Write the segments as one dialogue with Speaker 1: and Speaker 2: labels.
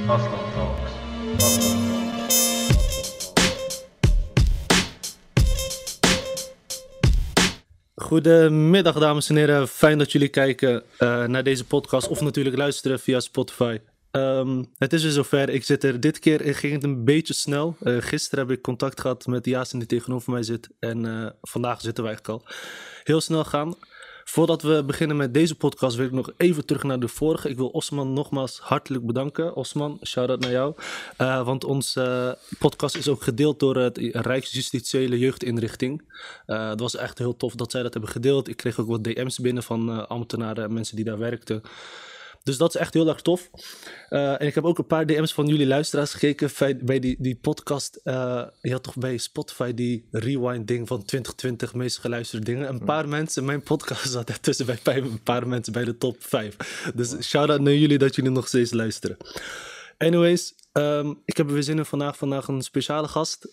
Speaker 1: Aslan Talks. Aslan
Speaker 2: Goedemiddag dames en heren, fijn dat jullie kijken naar deze podcast of natuurlijk luisteren via Spotify. Het is weer zover, ik zit er. Dit keer ging het een beetje snel. Gisteren heb ik contact gehad met Yasin die tegenover mij zit en vandaag zitten wij eigenlijk al. Heel snel gaan. Voordat we beginnen met deze podcast wil ik nog even terug naar de vorige. Ik wil Osman nogmaals hartelijk bedanken. Osman, shout-out naar jou. Want onze podcast is ook gedeeld door het Rijksjustitiële Jeugdinrichting. Het was echt heel tof dat zij dat hebben gedeeld. Ik kreeg ook wat DM's binnen van ambtenaren en mensen die daar werkten. Dus dat is echt heel erg tof. En ik heb ook een paar DM's van jullie luisteraars gekeken bij die podcast. Je had toch bij Spotify die rewind ding van 2020 meest geluisterde dingen. Een paar mensen, mijn podcast zat er tussen bij een paar mensen bij de top 5. Dus shout-out naar jullie dat jullie nog steeds luisteren. Anyways, ik heb er weer zin in vandaag een speciale gast.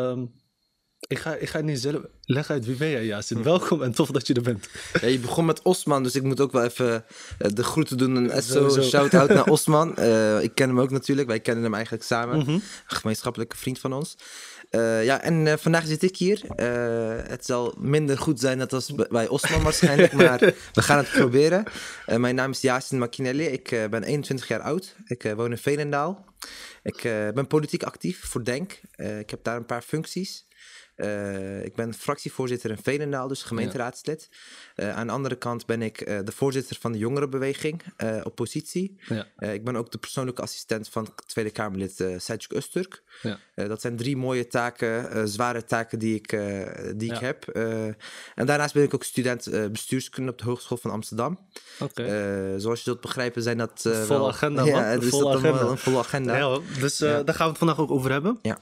Speaker 2: Ik ga het niet zelf leggen uit. Wie ben jij, Yasin? Welkom en tof dat je er bent.
Speaker 3: Ja, je begon met Osman, dus ik moet ook wel even de groeten doen. Een shout-out naar Osman. Ik ken hem ook natuurlijk. Wij kennen hem eigenlijk samen. Een gemeenschappelijke vriend van ons. Vandaag zit ik hier. Het zal minder goed zijn net als bij Osman waarschijnlijk, maar we gaan het proberen. Mijn naam is Yasin Makinelli. Ik ben 21 jaar oud. Ik woon in Veenendaal. Ik ben politiek actief voor DENK. Ik heb daar een paar functies. Ik ben fractievoorzitter in Veenendaal, dus gemeenteraadslid. Aan de andere kant ben ik de voorzitter van de jongerenbeweging, oppositie. Ja. Ik ben ook de persoonlijke assistent van Tweede Kamerlid Selçuk Öztürk. Ja. Dat zijn 3 mooie taken, zware taken die ik heb. En daarnaast ben ik ook student bestuurskunde op de Hogeschool van Amsterdam. Zoals je zult begrijpen zijn dat...
Speaker 2: volle agenda, man.
Speaker 3: Ja, dus dat wel een volle agenda.
Speaker 2: Ja, dus daar gaan we het vandaag ook over hebben. Ja.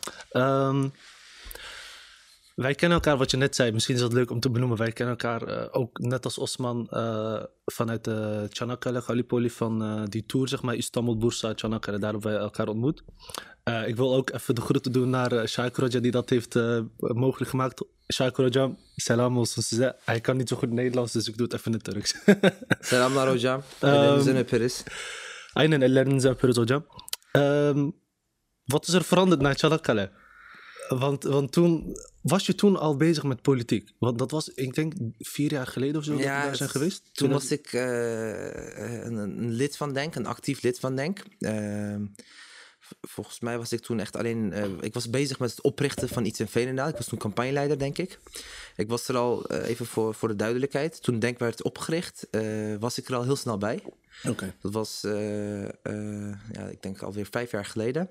Speaker 2: Wij kennen elkaar, wat je net zei, misschien is dat leuk om te benoemen. Wij kennen elkaar ook net als Osman vanuit de Çanakkale Gallipoli van die tour, zeg maar, Istanbul, Bursa, Çanakkale. Daar hebben wij elkaar ontmoet. Ik wil ook even de groeten doen naar Shaykh Roja, die dat heeft mogelijk gemaakt. Shaykh Roja, selam olsun size. Hij kan niet zo goed Nederlands, dus ik doe het even in het Turks.
Speaker 3: Selam naar Roja. Ellerinize öperiz.
Speaker 2: Aynen, ellerinize öperiz hocam. Wat is er veranderd na Çanakkale? Want toen... Was je toen al bezig met politiek? Want dat was, ik denk, 4 jaar geleden of zo dat we daar zijn geweest.
Speaker 3: Toen was ik een lid van DENK, een actief lid van DENK. Volgens mij was ik toen echt alleen... ik was bezig met het oprichten van iets in Veenendaal. Ik was toen campagneleider, denk ik. Ik was er al, even voor de duidelijkheid... Toen DENK werd opgericht, was ik er al heel snel bij.
Speaker 2: Okay.
Speaker 3: Dat was, ik denk alweer 5 jaar geleden.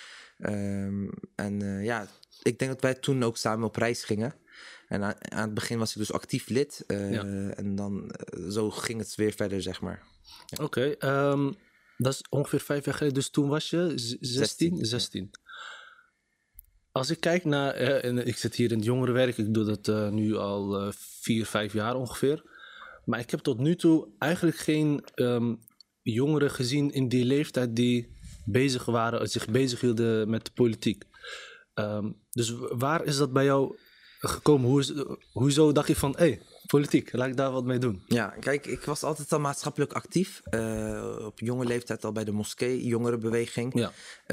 Speaker 3: Ik denk dat wij toen ook samen op reis gingen. En aan het begin was ik dus actief lid. En dan zo ging het weer verder, zeg maar. Ja.
Speaker 2: Oké, dat is ongeveer 5 jaar geleden. Dus toen was je 16. Als ik kijk naar... ik zit hier in het jongerenwerk. Ik doe dat nu al 4-5 jaar ongeveer. Maar ik heb tot nu toe eigenlijk geen jongeren gezien in die leeftijd die zich bezig hielden met de politiek. Dus waar is dat bij jou gekomen? Hoezo dacht je van, politiek, laat ik daar wat mee doen?
Speaker 3: Ja, kijk, ik was altijd al maatschappelijk actief. Op jonge leeftijd al bij de moskee, jongerenbeweging. Ja.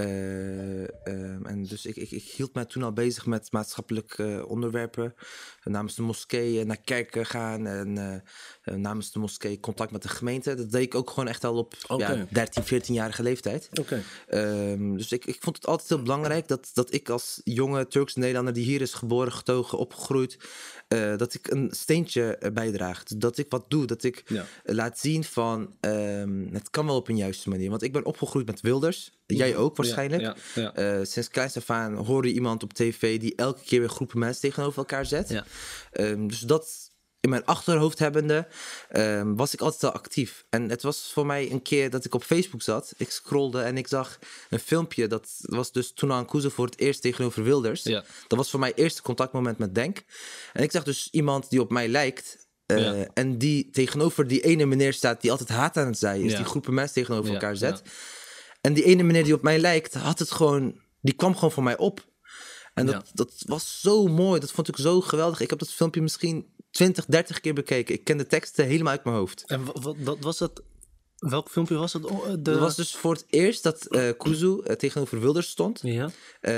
Speaker 3: En dus ik hield mij toen al bezig met maatschappelijke onderwerpen. Namens de moskee naar kerken gaan en namens de moskee contact met de gemeente. Dat deed ik ook gewoon echt al op 13, 14-jarige leeftijd. Dus ik vond het altijd heel belangrijk dat ik als jonge Turkse Nederlander die hier is geboren, getogen, opgegroeid, dat ik een steentje bijdraag. Dat ik wat doe. Dat ik laat zien van het kan wel op een juiste manier. Want ik ben opgegroeid met Wilders. Jij ook waarschijnlijk. Sinds kleins af aan hoorde iemand op tv die elke keer weer groepen mensen tegenover elkaar zet. Ja. Dus dat in mijn achterhoofd hebbende was ik altijd al actief. En het was voor mij een keer dat ik op Facebook zat. Ik scrollde en ik zag een filmpje. Dat was dus Tunan Kuzu voor het eerst tegenover Wilders. Ja. Dat was voor mij het eerste contactmoment met DENK. En ik zag dus iemand die op mij lijkt. En die tegenover die ene meneer staat die altijd haat aan het zaaien is. Die groepen mensen tegenover elkaar zet. Ja. En die ene meneer die op mij lijkt, die kwam gewoon voor mij op. En dat was zo mooi. Dat vond ik zo geweldig. Ik heb dat filmpje misschien 20, 30 keer bekeken. Ik ken de teksten helemaal uit mijn hoofd.
Speaker 2: En wat was dat? Welk filmpje was het?
Speaker 3: Dat was dus voor het eerst dat Kuzu tegenover Wilders stond.
Speaker 2: Ja.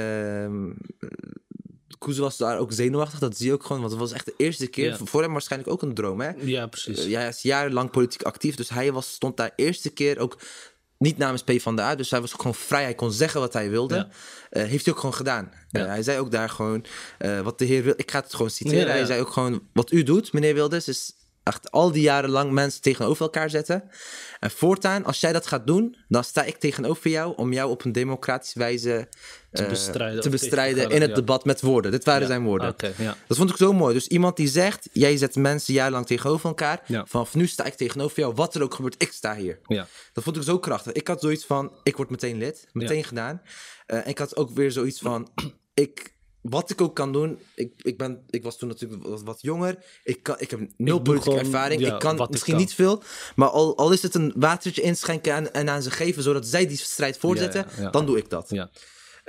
Speaker 3: Kuzu was daar ook zenuwachtig, dat zie je ook gewoon. Want het was echt de eerste keer,
Speaker 2: Ja.
Speaker 3: voor hem waarschijnlijk ook een droom, hè?
Speaker 2: Ja, precies.
Speaker 3: Hij is jarenlang politiek actief, dus hij stond daar eerste keer ook niet namens PvdA. Dus hij was ook gewoon vrij, hij kon zeggen wat hij wilde.
Speaker 2: Ja.
Speaker 3: Heeft hij ook gewoon gedaan.
Speaker 2: Ja.
Speaker 3: Hij zei ook daar gewoon, wat de heer wil. Ik ga het gewoon citeren.
Speaker 2: Ja.
Speaker 3: Hij zei ook gewoon, wat u doet, meneer Wilders, is echt al die jaren lang mensen tegenover elkaar zetten. En voortaan, als jij dat gaat doen, dan sta ik tegenover jou om jou op een democratische wijze te bestrijden in het debat met woorden. Dit waren zijn woorden.
Speaker 2: Okay, ja.
Speaker 3: Dat vond ik zo mooi. Dus iemand die zegt, jij zet mensen jarenlang tegenover elkaar.
Speaker 2: Ja.
Speaker 3: Vanaf nu sta ik tegenover jou. Wat er ook gebeurt, ik sta hier.
Speaker 2: Ja.
Speaker 3: Dat vond ik zo krachtig. Ik had zoiets van, ik word meteen lid. Meteen gedaan. En ik had ook weer zoiets van, wat ik ook kan doen. Ik was toen natuurlijk wat jonger. Ik heb nul politieke ervaring. Ik kan misschien niet veel. Maar al is het een watertje inschenken en aan ze geven, zodat zij die strijd voortzetten, dan doe ik dat.
Speaker 2: Ja.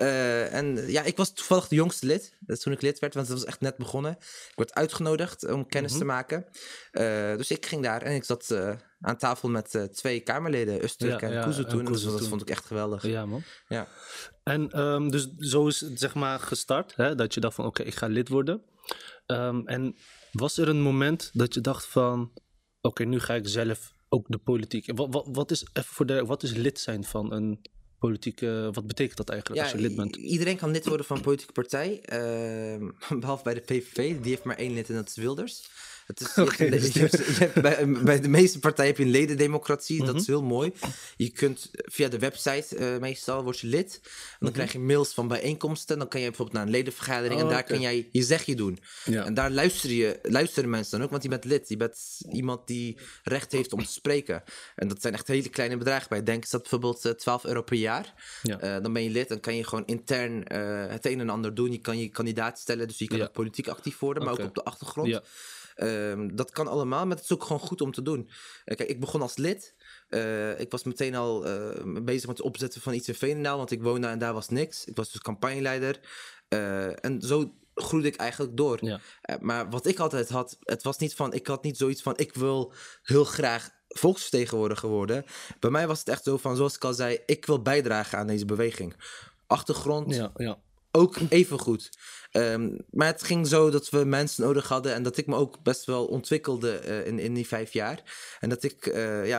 Speaker 3: Ik was toevallig de jongste lid. Toen ik lid werd, want het was echt net begonnen. Ik werd uitgenodigd om kennis te maken. Dus ik ging daar en ik zat aan tafel met 2 Kamerleden, Öztürk en Kuzu toen. Dus dat vond ik echt geweldig.
Speaker 2: Ja, man.
Speaker 3: Ja.
Speaker 2: En dus zo is het zeg maar gestart, hè? Dat je dacht van oké, ik ga lid worden. En was er een moment dat je dacht van oké, nu ga ik zelf ook de politiek. Wat is, even voor wat is lid zijn van een politieke, wat betekent dat eigenlijk als je lid bent?
Speaker 3: Iedereen kan lid worden van een politieke partij, behalve bij de PVV, die heeft maar 1 lid en dat is Wilders. Het is, bij de meeste partijen heb je een ledendemocratie, dat is heel mooi. Je kunt via de website, meestal word je lid, en dan krijg je mails van bijeenkomsten, dan kan je bijvoorbeeld naar een ledenvergadering en daar kan jij je zegje doen. Ja. En daar luisteren mensen dan ook, want je bent lid. Je bent iemand die recht heeft om te spreken. En dat zijn echt hele kleine bedragen bij. Denk is dat bijvoorbeeld €12 per jaar. Ja. Dan ben je lid, dan kan je gewoon intern het een en ander doen. Je kan je kandidaat stellen, dus je kan ook politiek actief worden, maar ook op de achtergrond. Ja. Dat kan allemaal, maar het is ook gewoon goed om te doen. Kijk, ik begon als lid. Ik was meteen al bezig met het opzetten van iets in Veenendaal, want ik woonde en daar was niks. Ik was dus campagneleider. En zo groeide ik eigenlijk door. Ja. Maar wat ik altijd had, ik had niet zoiets van, ik wil heel graag volksvertegenwoordiger worden. Bij mij was het echt zo van, zoals ik al zei, ik wil bijdragen aan deze beweging. Achtergrond, ook even goed. Maar het ging zo dat we mensen nodig hadden en dat ik me ook best wel ontwikkelde in die 5 jaar. En dat ik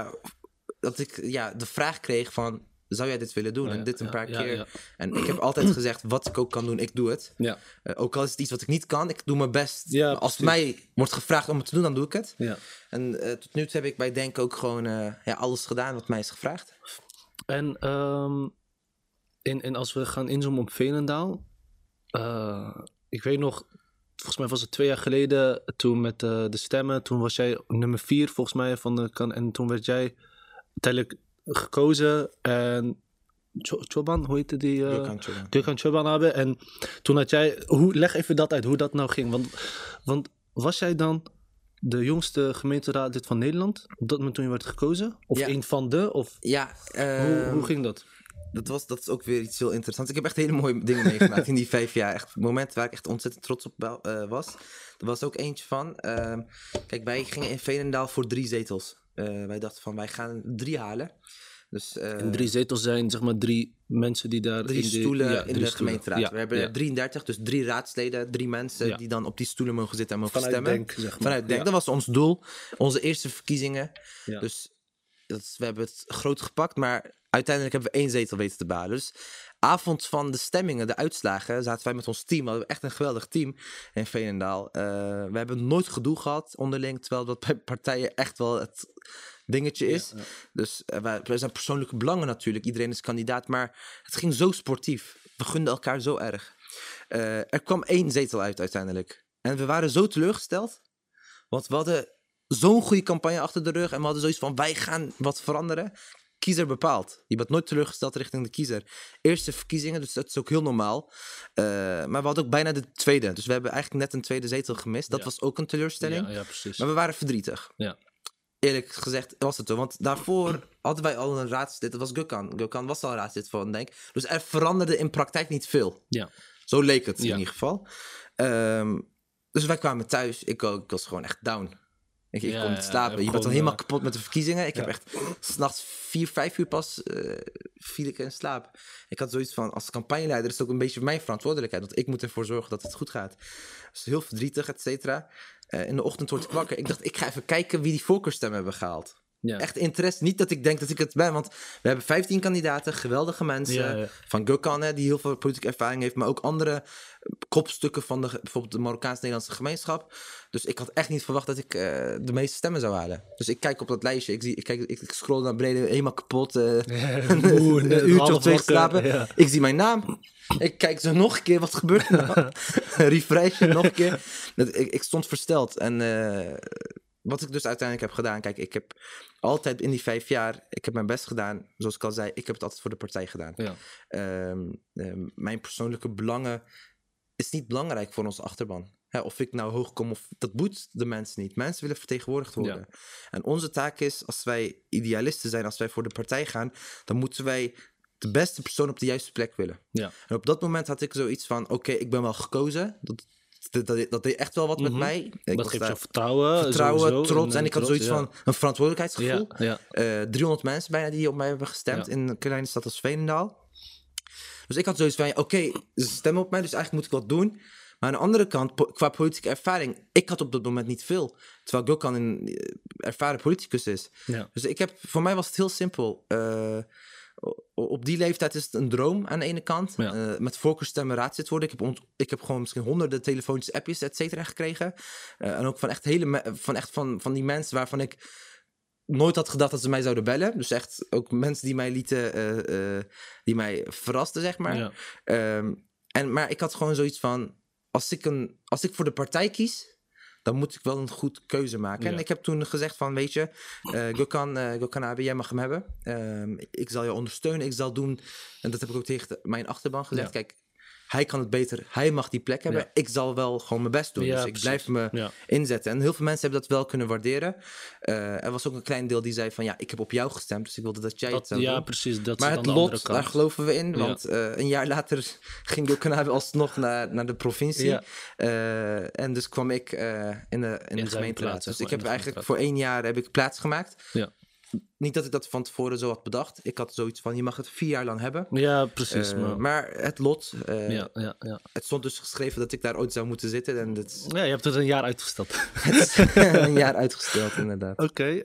Speaker 3: de vraag kreeg van, zou jij dit willen doen? En dit een paar keer. Ja. En ik heb altijd gezegd, wat ik ook kan doen, ik doe het. Ja. Ook al is het iets wat ik niet kan, ik doe mijn best. Ja, als mij wordt gevraagd om het te doen, dan doe ik het. Ja. En tot nu toe heb ik bij Denk ook gewoon alles gedaan wat mij is gevraagd.
Speaker 2: En als we gaan inzoomen op Veenendaal, ik weet nog, volgens mij was het 2 jaar geleden, toen met de stemmen, toen was jij nummer 4 volgens mij en toen werd jij uiteindelijk gekozen en Çoban, hoe heette die? Gökhan Çoban hebben. En toen had jij, leg even dat uit, hoe dat nou ging. Want was jij dan de jongste gemeenteraadlid van Nederland op dat moment toen je werd gekozen? Of een van de? Of, hoe ging dat?
Speaker 3: Dat is ook weer iets heel interessants. Ik heb echt hele mooie dingen meegemaakt in die 5 jaar. Echt momenten waar ik echt ontzettend trots op was. Er was ook eentje van. Kijk, wij gingen in Veenendaal voor 3 zetels. Wij dachten van, wij gaan 3 halen. Dus,
Speaker 2: en 3 zetels zijn zeg maar 3 mensen die daar...
Speaker 3: 3 stoelen in de gemeenteraad. Ja, we hebben 33, dus 3 raadsleden, 3 mensen die dan op die stoelen mogen zitten en mogen stemmen.
Speaker 2: Denk, zeg maar.
Speaker 3: Vanuit Denk, dat was ons doel. Onze eerste verkiezingen. Ja. Dus we hebben het groot gepakt, maar uiteindelijk hebben we 1 zetel weten te behalen. Dus avond van de stemmingen, de uitslagen, zaten wij met ons team. We hadden echt een geweldig team in Veenendaal. We hebben nooit gedoe gehad onderling, terwijl dat bij partijen echt wel het dingetje is. Ja. Dus wij zijn persoonlijke belangen natuurlijk. Iedereen is kandidaat, maar het ging zo sportief. We gunden elkaar zo erg. Er kwam 1 zetel uit uiteindelijk. En we waren zo teleurgesteld, want we hadden zo'n goede campagne achter de rug en we hadden zoiets van, wij gaan wat veranderen. Kiezer bepaalt. Je bent nooit teleurgesteld richting de kiezer. Eerste verkiezingen, dus dat is ook heel normaal. Maar we hadden ook bijna de tweede. Dus we hebben eigenlijk net een tweede zetel gemist. Dat was ook een teleurstelling.
Speaker 2: Ja, precies.
Speaker 3: Maar we waren verdrietig. Ja. Eerlijk gezegd was het zo. Want daarvoor hadden wij al een raadslid. Dat was Gökhan. Gökhan was al raadslid van Denk. Dus er veranderde in praktijk niet veel. Ja. Zo leek het in ieder geval. Dus wij kwamen thuis. Ik was gewoon echt down. Ik kon niet slapen. Je bent al helemaal kapot met de verkiezingen. Ik heb echt 's nachts 4, 5 uur pas viel ik in slaap. Ik had zoiets van, als campagneleider is het ook een beetje mijn verantwoordelijkheid. Want ik moet ervoor zorgen dat het goed gaat. Dus heel verdrietig, et cetera. In de ochtend word ik wakker. Ik dacht, ik ga even kijken wie die voorkeurstemmen hebben gehaald. Ja. Echt interesse. Niet dat ik denk dat ik het ben, want we hebben 15 kandidaten, geweldige mensen. Van Gökhan, die heel veel politieke ervaring heeft, maar ook andere kopstukken van bijvoorbeeld de Marokkaans-Nederlandse gemeenschap. Dus ik had echt niet verwacht dat ik de meeste stemmen zou halen. Dus ik kijk op dat lijstje, ik scroll naar beneden, helemaal kapot. Een uurtje of 2 geslapen. Ja. Ik zie mijn naam. Ik kijk zo nog een keer, wat gebeurt er nou? Refreshen, nog een keer. Ik stond versteld. En wat ik dus uiteindelijk heb gedaan, kijk, ik heb altijd in die 5 jaar, ik heb mijn best gedaan. Zoals ik al zei, ik heb het altijd voor de partij gedaan. Ja. Mijn persoonlijke belangen is niet belangrijk voor onze achterban. Of ik nou hoog kom, of dat boeit de mensen niet. Mensen willen vertegenwoordigd worden. Ja. En onze taak is, als wij idealisten zijn, als wij voor de partij gaan, dan moeten wij de beste persoon op de juiste plek willen. Ja. En op dat moment had ik zoiets van, oké, ik ben wel gekozen. Dat deed echt wel wat met mij.
Speaker 2: Dat geeft je vertrouwen,
Speaker 3: trots. En ik had zoiets van een verantwoordelijkheidsgevoel. 300 mensen bijna die op mij hebben gestemd in een kleine stad als Veenendaal. Dus ik had zoiets van, oké, ze stemmen op mij, dus eigenlijk moet ik wat doen. Maar aan de andere kant, qua politieke ervaring, ik had op dat moment niet veel. Terwijl Gökhan een ervaren politicus is. Ja. Dus voor mij was het heel simpel. Op die leeftijd is het een droom aan de ene kant. Ja. Met voorkeurstemmen raadslid worden. Ik heb gewoon misschien honderden telefonische appjes, et cetera, gekregen. En ook van die mensen waarvan ik nooit had gedacht dat ze mij zouden bellen. Dus echt ook mensen die mij die mij verrasten, zeg maar. Ja. Maar ik had gewoon zoiets van, als ik voor de partij kies, dan moet ik wel een goed keuze maken. Ja. En ik heb toen gezegd van, weet je, Gökhan Abi, jij mag hem hebben. Ik zal je ondersteunen, ik zal doen. En dat heb ik ook tegen mijn achterban gezegd. Ja. Kijk, hij kan het beter, hij mag die plek hebben. Ja. Ik zal wel gewoon mijn best doen. Ja, dus ik blijf me inzetten. En heel veel mensen hebben dat wel kunnen waarderen. Er was ook een klein deel die zei van, ik heb op jou gestemd, dus ik wilde dat jij het zou doen.
Speaker 2: Precies.
Speaker 3: Maar het lot, daar geloven we in. Want een jaar later ging Gökhan Abi alsnog naar de provincie. Ja. En dus kwam ik in de gemeenteraad. Dus ik heb eigenlijk voor 1 jaar heb ik plaatsgemaakt. Ja. Niet dat ik dat van tevoren zo had bedacht. Ik had zoiets van, je mag het 4 jaar lang hebben.
Speaker 2: Ja, precies.
Speaker 3: Maar het lot. Het stond dus geschreven dat ik daar ooit zou moeten zitten. En
Speaker 2: je hebt het 1 jaar uitgesteld.
Speaker 3: Een jaar uitgesteld, inderdaad.
Speaker 2: Oké.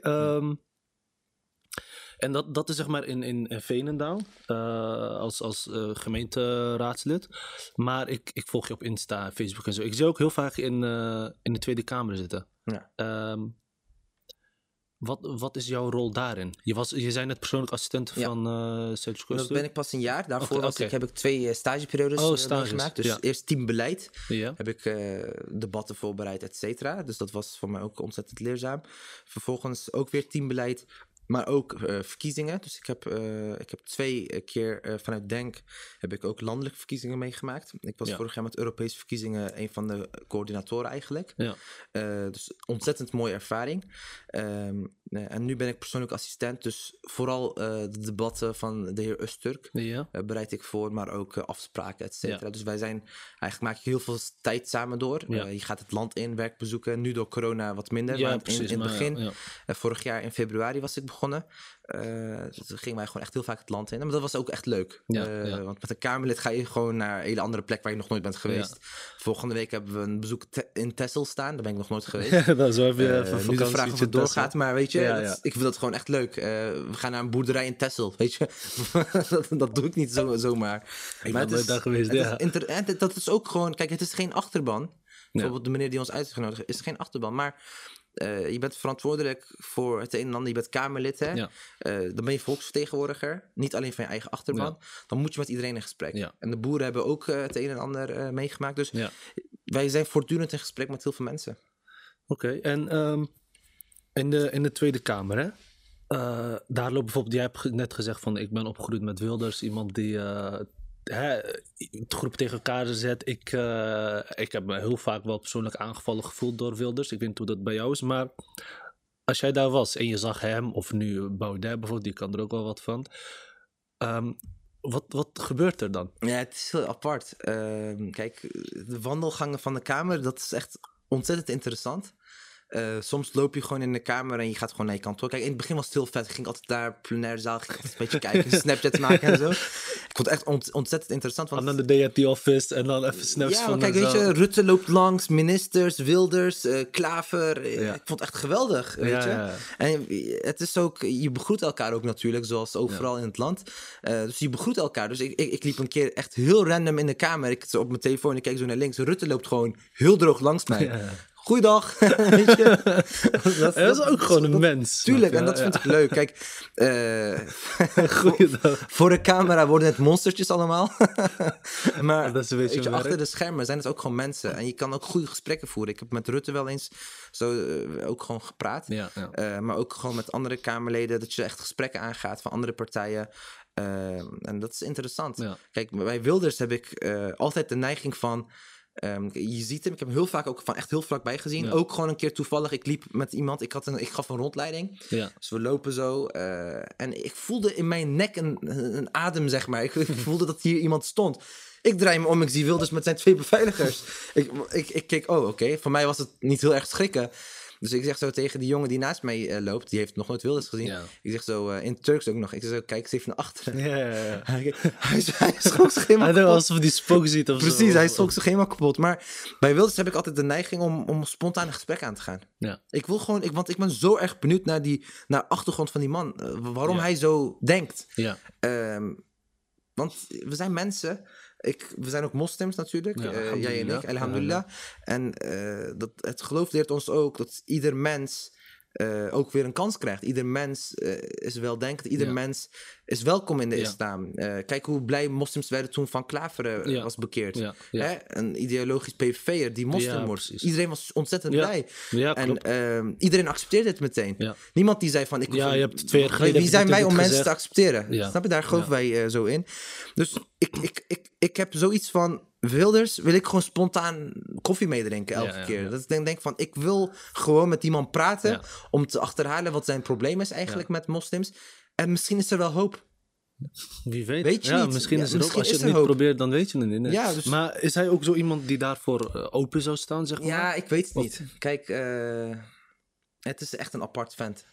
Speaker 2: En dat is zeg maar in Veenendaal. Als gemeenteraadslid. Maar ik volg je op Insta, Facebook en zo. Ik zie ook heel vaak in de Tweede Kamer zitten. Ja. Wat is jouw rol daarin? Je zei net persoonlijk assistent van Selçuk Öztürk.
Speaker 3: Dat ben ik pas 1 jaar. Daarvoor heb ik 2 stageperiodes meegemaakt. Dus eerst teambeleid. Ja. Heb ik debatten voorbereid, et cetera. Dus dat was voor mij ook ontzettend leerzaam. Vervolgens ook weer teambeleid. Maar ook verkiezingen. Dus ik heb 2 keer vanuit DENK heb ik ook landelijke verkiezingen meegemaakt. Ik was vorig jaar met Europese verkiezingen een van de coördinatoren eigenlijk. Ja. Dus ontzettend mooie ervaring. En nu ben ik persoonlijk assistent. Dus vooral de debatten van de heer Öztürk bereid ik voor. Maar ook afspraken, et cetera. Ja. Dus eigenlijk maak je heel veel tijd samen door. Ja. Je gaat het land in, werk bezoeken. Nu door corona wat minder.
Speaker 2: Ja,
Speaker 3: maar
Speaker 2: precies,
Speaker 3: in het begin, vorig jaar in februari was ik begonnen. Dus toen gingen wij gewoon echt heel vaak het land in. Maar dat was ook echt leuk. Want met een Kamerlid ga je gewoon naar een hele andere plek waar je nog nooit bent geweest. Ja. Volgende week hebben we een bezoek in Texel staan. Daar ben ik nog nooit geweest.
Speaker 2: Zo heb je
Speaker 3: nu de vraag of het doorgaat. Maar weet je, ik vind dat gewoon echt leuk. We gaan naar een boerderij in Texel. Weet je, dat doe ik niet zomaar.
Speaker 2: Ik ben nooit daar geweest,
Speaker 3: dat is ook gewoon, kijk, het is geen achterban. Bijvoorbeeld de meneer die ons uit is genodigd, is geen achterban. Maar je bent verantwoordelijk voor het een en ander. Je bent Kamerlid, hè? Ja. Dan ben je volksvertegenwoordiger. Niet alleen van je eigen achterban. Ja. Dan moet je met iedereen in gesprek. Ja. En de boeren hebben ook het een en ander meegemaakt. Dus wij zijn voortdurend in gesprek met heel veel mensen.
Speaker 2: Oké, en in de Tweede Kamer, hè? Daar loopt bijvoorbeeld, jij hebt net gezegd van, ik ben opgegroeid met Wilders. Iemand die het groep tegen elkaar zet. Ik heb me heel vaak wel persoonlijk aangevallen gevoeld door Wilders. Ik weet niet hoe dat bij jou is, maar als jij daar was en je zag hem, of nu Baudet bijvoorbeeld, die kan er ook wel wat van. Wat gebeurt er dan?
Speaker 3: Ja, het is heel apart. Kijk, de wandelgangen van de Kamer, dat is echt ontzettend interessant. Soms loop je gewoon in de kamer en je gaat gewoon naar je kantoor. Kijk, in het begin was het heel vet. Ik ging altijd daar, plenaire zaal, ging altijd een beetje kijken, Snapchats maken en zo. Ik vond het echt ontzettend interessant. Want...
Speaker 2: En dan de day at the office en dan even snaps van...
Speaker 3: kijk, weet je, Rutte loopt langs, ministers, Wilders, Klaver. Ik vond het echt geweldig, weet je. Ja. En het is ook, je begroet elkaar ook natuurlijk, zoals overal in het land. Dus je begroet elkaar. Dus ik liep een keer echt heel random in de kamer. Ik zat op mijn telefoon, ik keek zo naar links. Rutte loopt gewoon heel droog langs mij. Ja. Goeiedag. Weet je?
Speaker 2: Dat is ook gewoon een mens.
Speaker 3: Tuurlijk, en dat vind ik leuk. Kijk, voor de camera worden het monstertjes allemaal. Maar
Speaker 2: dat is een beetje
Speaker 3: achter de schermen zijn het ook gewoon mensen. En je kan ook goede gesprekken voeren. Ik heb met Rutte wel eens zo ook gewoon gepraat. Maar ook gewoon met andere Kamerleden. Dat je echt gesprekken aangaat van andere partijen. En dat is interessant. Ja. Kijk, bij Wilders heb ik altijd de neiging van... je ziet hem, ik heb hem heel vaak ook van echt heel vlakbij gezien. Ja. Ook gewoon een keer toevallig, ik liep met iemand, ik gaf een rondleiding. Ja. Dus we lopen zo. En ik voelde in mijn nek een adem, zeg maar. Ik voelde dat hier iemand stond. Ik draai me om, ik zie Wilders met zijn 2 beveiligers. Ik keek, oké. Voor mij was het niet heel erg schrikken. Dus ik zeg zo tegen die jongen die naast mij loopt, die heeft nog nooit Wilders gezien. Ja. Ik zeg zo, in het Turks ook nog, ik zeg zo, kijk eens even naar achteren. Ja. Hij schrok zich helemaal kapot.
Speaker 2: Alsof hij spook ziet of
Speaker 3: Precies, hij schrok zich helemaal kapot. Maar bij Wilders heb ik altijd de neiging om spontaan een gesprek aan te gaan. Ja. Ik wil gewoon, want ik ben zo erg benieuwd naar de achtergrond van die man. Waarom hij zo denkt. Ja. Want we zijn mensen... we zijn ook moslims natuurlijk, jij en ik, alhamdulillah. En het geloof leert ons ook dat ieder mens ook weer een kans krijgt. Ieder mens is weldenkend, ieder mens is welkom in de islam. Kijk hoe blij moslims werden toen Van Klaveren was bekeerd. Ja. Hè? Een ideologisch PVV'er die moslim wordt. Iedereen was ontzettend blij. Ja, en iedereen accepteerde het meteen. Ja. Niemand die zei van...
Speaker 2: je hebt 2 jaar geleden...
Speaker 3: Wie zijn wij om mensen te accepteren? Ja. Snap je? Daar geloven wij zo in. Dus ik heb zoiets van... Wilders wil ik gewoon spontaan koffie meedrinken elke keer. Dat ik denk van, ik wil gewoon met die man praten... om te achterhalen wat zijn probleem is eigenlijk met moslims. En misschien is er wel hoop.
Speaker 2: Wie weet.
Speaker 3: Weet je niet.
Speaker 2: Misschien is er ook, als je het niet probeert, dan weet je het niet. Nee. Ja, dus... Maar is hij ook zo iemand die daarvoor open zou staan, zeg maar?
Speaker 3: Ja, ik weet het niet. Kijk, het is echt een apart vent.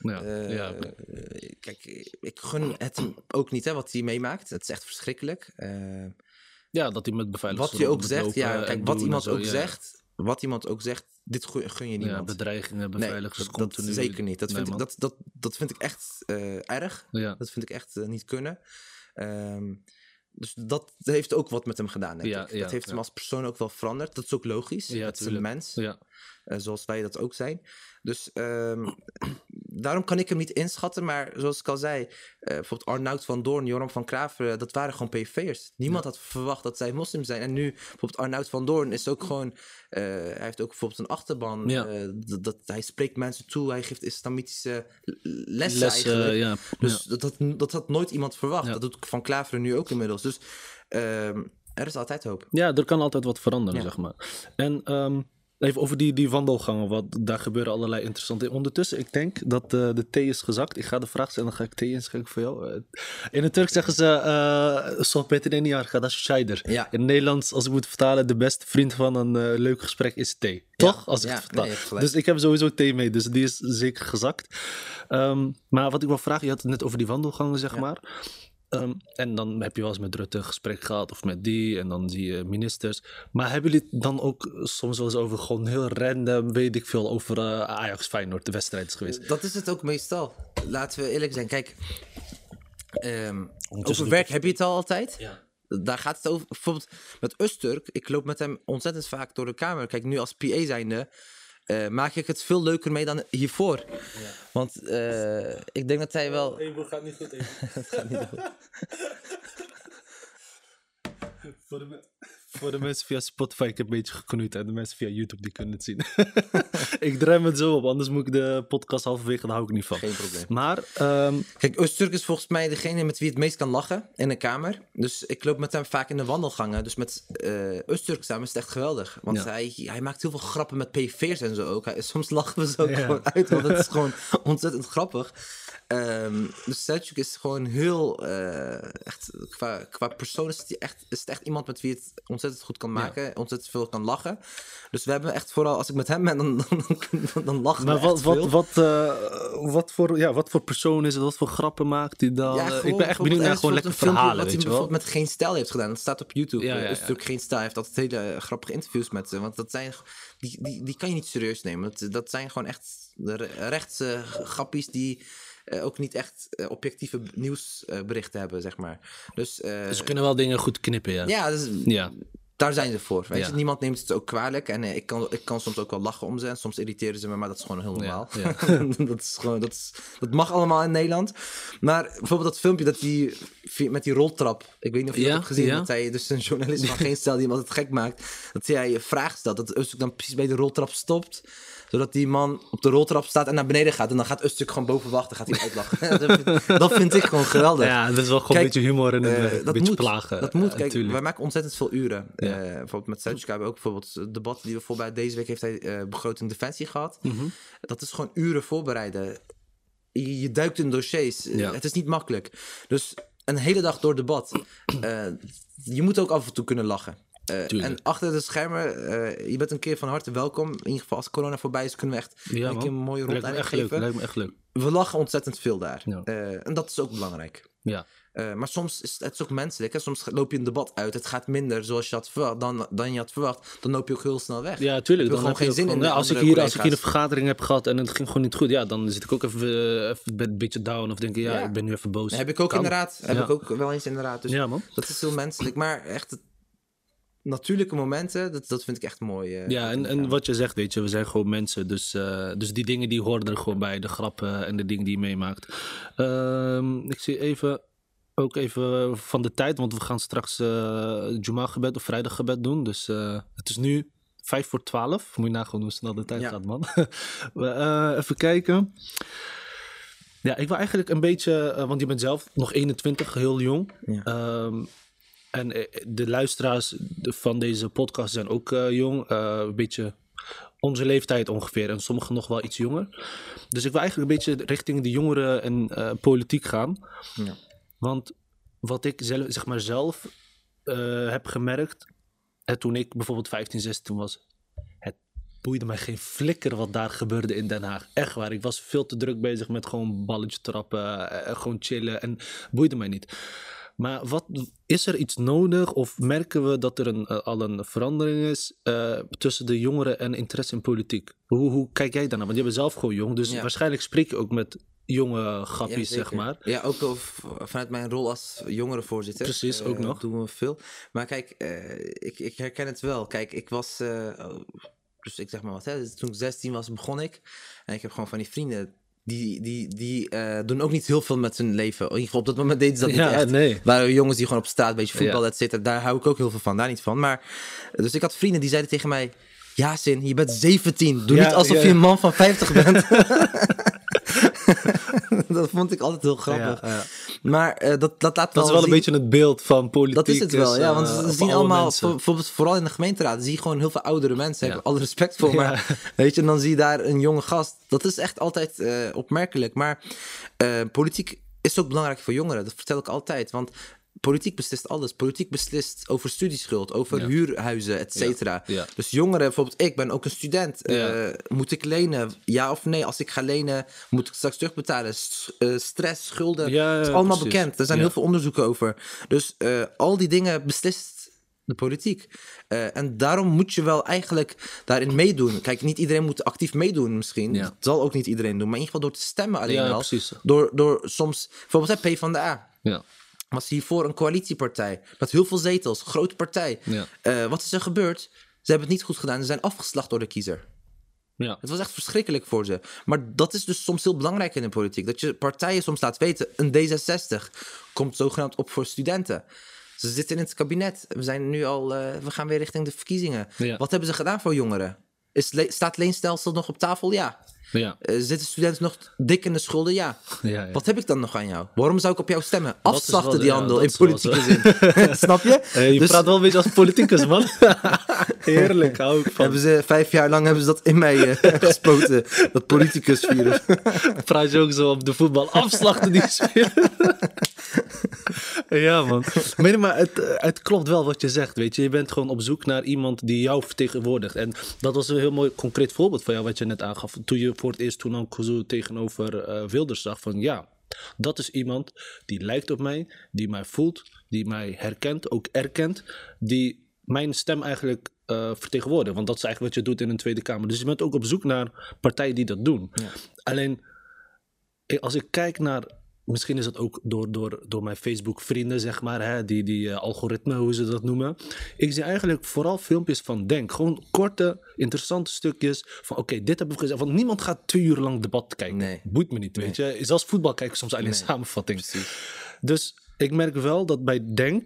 Speaker 3: Kijk, ik gun het hem ook niet, hè, wat hij meemaakt. Het is echt verschrikkelijk.
Speaker 2: Ja, dat hij met beveiligers...
Speaker 3: Wat je ook zegt, kijk, wat iemand ook zegt, dit gun je niemand.
Speaker 2: Ja, bedreigingen, beveiligers,
Speaker 3: nee, dat zeker niet. Dat vind ik echt erg. Ja. Dat vind ik echt niet kunnen. Dus dat heeft ook wat met hem gedaan, denk ik. Dat heeft hem als persoon ook wel veranderd. Dat is ook logisch. Het is een mens. Ja. Zoals wij dat ook zijn. Dus daarom kan ik hem niet inschatten. Maar zoals ik al zei, bijvoorbeeld Arnoud van Doorn, Joram van Klaveren, dat waren gewoon PVV'ers. Niemand had verwacht dat zij moslim zijn. En nu, bijvoorbeeld Arnoud van Doorn is ook gewoon... hij heeft ook bijvoorbeeld een achterban. Hij spreekt mensen toe. Hij geeft islamitische lessen eigenlijk. Dus dat had nooit iemand verwacht. Dat doet Van Klaveren nu ook inmiddels. Dus er is altijd hoop.
Speaker 2: Ja, er kan altijd wat veranderen, zeg maar. En... Even over die wandelgangen, want daar gebeuren allerlei interessante... Ondertussen, ik denk dat de thee is gezakt. Ik ga de vraag stellen en dan ga ik thee inschenken voor jou. In het Turks zeggen ze... Sohbet en yar, gadash shayder. In het Nederlands, als ik moet vertalen... de beste vriend van een leuk gesprek is thee. Toch? Als ik het vertaal. Nee, dus ik heb sowieso thee mee, dus die is zeker gezakt. Maar wat ik wil vragen, je had het net over die wandelgangen, zeg maar... en dan heb je wel eens met Rutte een gesprek gehad of met die en dan zie je ministers. Maar hebben jullie het dan ook soms wel eens over gewoon heel random, weet ik veel, over Ajax Feyenoord, de wedstrijd is geweest?
Speaker 3: Dat is het ook meestal. Laten we eerlijk zijn. Kijk, over werk heb je het al altijd. Ja. Daar gaat het over. Bijvoorbeeld met Öztürk, ik loop met hem ontzettend vaak door de kamer. Kijk, nu als PA zijnde... maak ik het veel leuker mee dan hiervoor. Ja. Want ik denk dat hij wel...
Speaker 2: Evo gaat niet goed,
Speaker 3: Het gaat niet goed.
Speaker 2: Voor de mensen via Spotify, ik heb een beetje geknoeid. En de mensen via YouTube, die kunnen het zien. Ik draai me het zo op, anders moet ik de podcast halverwege, daar hou ik niet van.
Speaker 3: Geen probleem.
Speaker 2: Maar...
Speaker 3: Kijk, Öztürk is volgens mij degene met wie het meest kan lachen in een kamer. Dus ik loop met hem vaak in de wandelgangen. Dus met Öztürk samen is het echt geweldig. Want hij maakt heel veel grappen met PV's en zo ook. Soms lachen we ze ook gewoon uit, want het is gewoon ontzettend grappig. Dus Selçuk is gewoon heel... echt, qua persoon is het echt iemand met wie het ontzettend ontzettend goed kan maken. Ontzettend veel kan lachen. Dus we hebben echt vooral, als ik met hem ben, dan lachen we echt veel.
Speaker 2: Wat voor persoon is het? Wat voor grappen maakt hij dan? Ik ben echt benieuwd naar gewoon lekker verhalen, weet je wel.
Speaker 3: Wat hij bijvoorbeeld met Geen Stijl heeft gedaan. Dat staat op YouTube.
Speaker 2: Ja.
Speaker 3: Geen Stijl heeft altijd hele grappige interviews met ze. Want dat zijn, die kan je niet serieus nemen. Dat zijn gewoon echt rechtse grappies die ook niet echt objectieve nieuwsberichten hebben, zeg maar. Dus
Speaker 2: ze kunnen wel dingen goed knippen, ja.
Speaker 3: Ja, daar zijn ze voor. Weet je? Niemand neemt het ook kwalijk. En ik kan soms ook wel lachen om ze. En soms irriteren ze me, maar dat is gewoon heel normaal. Ja. dat mag allemaal in Nederland. Maar bijvoorbeeld dat filmpje met die roltrap. Ik weet niet of je dat hebt gezien. Dat hij dus een journalist van Geen Stijl die hem altijd gek maakt. Dat hij vragen stelt. Dat Öztürk dan precies bij de roltrap stopt. Zodat die man op de roltrap staat en naar beneden gaat. En dan gaat Öztürk gewoon boven wachten. Gaat hij uitlachen. Dat vind ik gewoon geweldig.
Speaker 2: Ja, dat is wel gewoon een beetje humor en een beetje plagen.
Speaker 3: Dat moet. Kijk, wij maken ontzettend veel uren. Bijvoorbeeld met Selçuk hebben we ook bijvoorbeeld het debat die we voorbij deze week heeft hij begroting defensie gehad. Mm-hmm. Dat is gewoon uren voorbereiden. Je duikt in dossiers. Het is niet makkelijk. Dus een hele dag door debat. Je moet ook af en toe kunnen lachen. En achter de schermen, je bent een keer van harte welkom. In ieder geval als corona voorbij is, kunnen we echt een keer een mooie rondleiding geven.
Speaker 2: Lijkt me echt leuk.
Speaker 3: We lachen ontzettend veel daar. Ja. En dat is ook belangrijk.
Speaker 2: Ja.
Speaker 3: Maar soms is het ook menselijk. Hè? Soms loop je een debat uit. Het gaat minder zoals je had verwacht. Dan je had verwacht. Dan loop je ook heel snel weg.
Speaker 2: Ja, tuurlijk.
Speaker 3: Dan heb je geen zin in.
Speaker 2: Als ik hier een vergadering heb gehad en het ging gewoon niet goed. Ja, dan zit ik ook even een beetje down. Of denk ik, ik ben nu even boos.
Speaker 3: Heb ik ook inderdaad. Heb ik ook wel eens inderdaad. Dus
Speaker 2: ja, man.
Speaker 3: Dat is heel menselijk. Maar echt natuurlijke momenten, dat vind ik echt mooi.
Speaker 2: En wat je zegt, weet je, we zijn gewoon mensen. Dus die dingen die horen er gewoon bij. De grappen en de dingen die je meemaakt. Ik zie ook even van de tijd, want we gaan straks Juma-gebed of vrijdaggebed doen. Dus het is nu 11:55. Moet je nagaan hoe snel de tijd gaat, man. Even kijken. Ja, ik wil eigenlijk een beetje, want je bent zelf nog 21, heel jong. Ja. En de luisteraars van deze podcast zijn ook jong. Een beetje onze leeftijd ongeveer. En sommigen nog wel iets jonger. Dus ik wil eigenlijk een beetje richting de jongeren en politiek gaan. Ja. Want wat ik zelf heb gemerkt. Toen ik bijvoorbeeld 15, 16 was. Het boeide mij geen flikker wat daar gebeurde in Den Haag. Echt waar. Ik was veel te druk bezig met gewoon balletje trappen. Gewoon chillen. En boeide mij niet. Maar is er iets nodig of merken we dat er al een verandering is tussen de jongeren en interesse in politiek? Hoe kijk jij daarnaar? Want je bent zelf gewoon jong, dus waarschijnlijk spreek je ook met jonge grappies, zeg maar.
Speaker 3: Ja, ook vanuit mijn rol als jongerenvoorzitter.
Speaker 2: Precies, ook nog.
Speaker 3: Doen we veel. Maar kijk, ik herken het wel. Kijk, ik was, dus ik zeg maar wat, toen ik 16 was begon ik. En ik heb gewoon van die vrienden. Die doen ook niet heel veel met hun leven. In ieder geval op dat moment deden ze dat niet echt. Nee. Waren jongens die gewoon op straat een beetje voetballen, et cetera. Daar hou ik ook heel veel van, daar niet van. Maar, dus ik had vrienden die zeiden tegen mij... Yasin, je bent 17. Doe niet alsof je een man van 50 bent. Dat vond ik altijd heel grappig. Ja. Maar dat laat wel zien...
Speaker 2: Dat is wel een beetje het beeld van politiek.
Speaker 3: Dat is het wel, ja. Want ze zien allemaal... Bijvoorbeeld vooral in de gemeenteraad zie je gewoon heel veel oudere mensen. Heb ik alle respect voor. Maar weet je, en dan zie je daar een jonge gast. Dat is echt altijd opmerkelijk. Maar politiek is ook belangrijk voor jongeren. Dat vertel ik altijd. Want... Politiek beslist alles. Politiek beslist over studieschuld, over huurhuizen, et cetera. Ja. Dus jongeren, bijvoorbeeld ik ben ook een student. Moet ik lenen? Ja of nee? Als ik ga lenen, moet ik straks terugbetalen? Stress, schulden, het is allemaal bekend. Er zijn heel veel onderzoeken over. Dus al die dingen beslist de politiek. En daarom moet je wel eigenlijk daarin meedoen. Kijk, niet iedereen moet actief meedoen misschien. Dat zal ook niet iedereen doen. Maar in ieder geval door te stemmen alleen al.
Speaker 2: Precies.
Speaker 3: Door soms, bijvoorbeeld PvdA. Ja. Was hiervoor een coalitiepartij met heel veel zetels, grote partij. Ja. Wat is er gebeurd? Ze hebben het niet goed gedaan. Ze zijn afgeslacht door de kiezer. Ja. Het was echt verschrikkelijk voor ze. Maar dat is dus soms heel belangrijk in de politiek. Dat je partijen soms laat weten. Een D66 komt zogenaamd op voor studenten. Ze zitten in het kabinet. We zijn nu al, we gaan weer richting de verkiezingen. Ja. Wat hebben ze gedaan voor jongeren? Staat leenstelsel nog op tafel? Ja. Ja. Zitten studenten nog dik in de schulden? Ja. Wat heb ik dan nog aan jou? Waarom zou ik op jou stemmen? Afzachten die handel in politieke zin. Snap je?
Speaker 2: Je praat wel een beetje als politicus, man. Heerlijk, hou ik van.
Speaker 3: Hebben ze 5 jaar lang hebben ze dat in mij gespoten. Dat politicus-virus.
Speaker 2: Praat je ook zo op de voetbal. Afslachten die spelen. Ja, man. Maar het klopt wel wat je zegt, weet je. Je bent gewoon op zoek naar iemand die jou vertegenwoordigt. En dat was een heel mooi concreet voorbeeld van jou wat je net aangaf. Toen je voor het eerst Toenan Kuzu tegenover Wilders zag van ja, dat is iemand die lijkt op mij, die mij voelt, die mij herkent, ook erkent, die mijn stem eigenlijk vertegenwoordigt. Want dat is eigenlijk wat je doet in een Tweede Kamer. Dus je bent ook op zoek naar partijen die dat doen. Ja. Alleen, als ik kijk naar... Misschien is dat ook door mijn Facebook-vrienden, zeg maar, hè, die algoritme, hoe ze dat noemen. Ik zie eigenlijk vooral filmpjes van Denk. Gewoon korte, interessante stukjes van oké, dit hebben we gezegd. Want niemand gaat 2 uur lang debat kijken. Nee. Boeit me niet, weet je. Zelfs voetbal kijken soms alleen samenvatting. Precies. Dus ik merk wel dat bij Denk,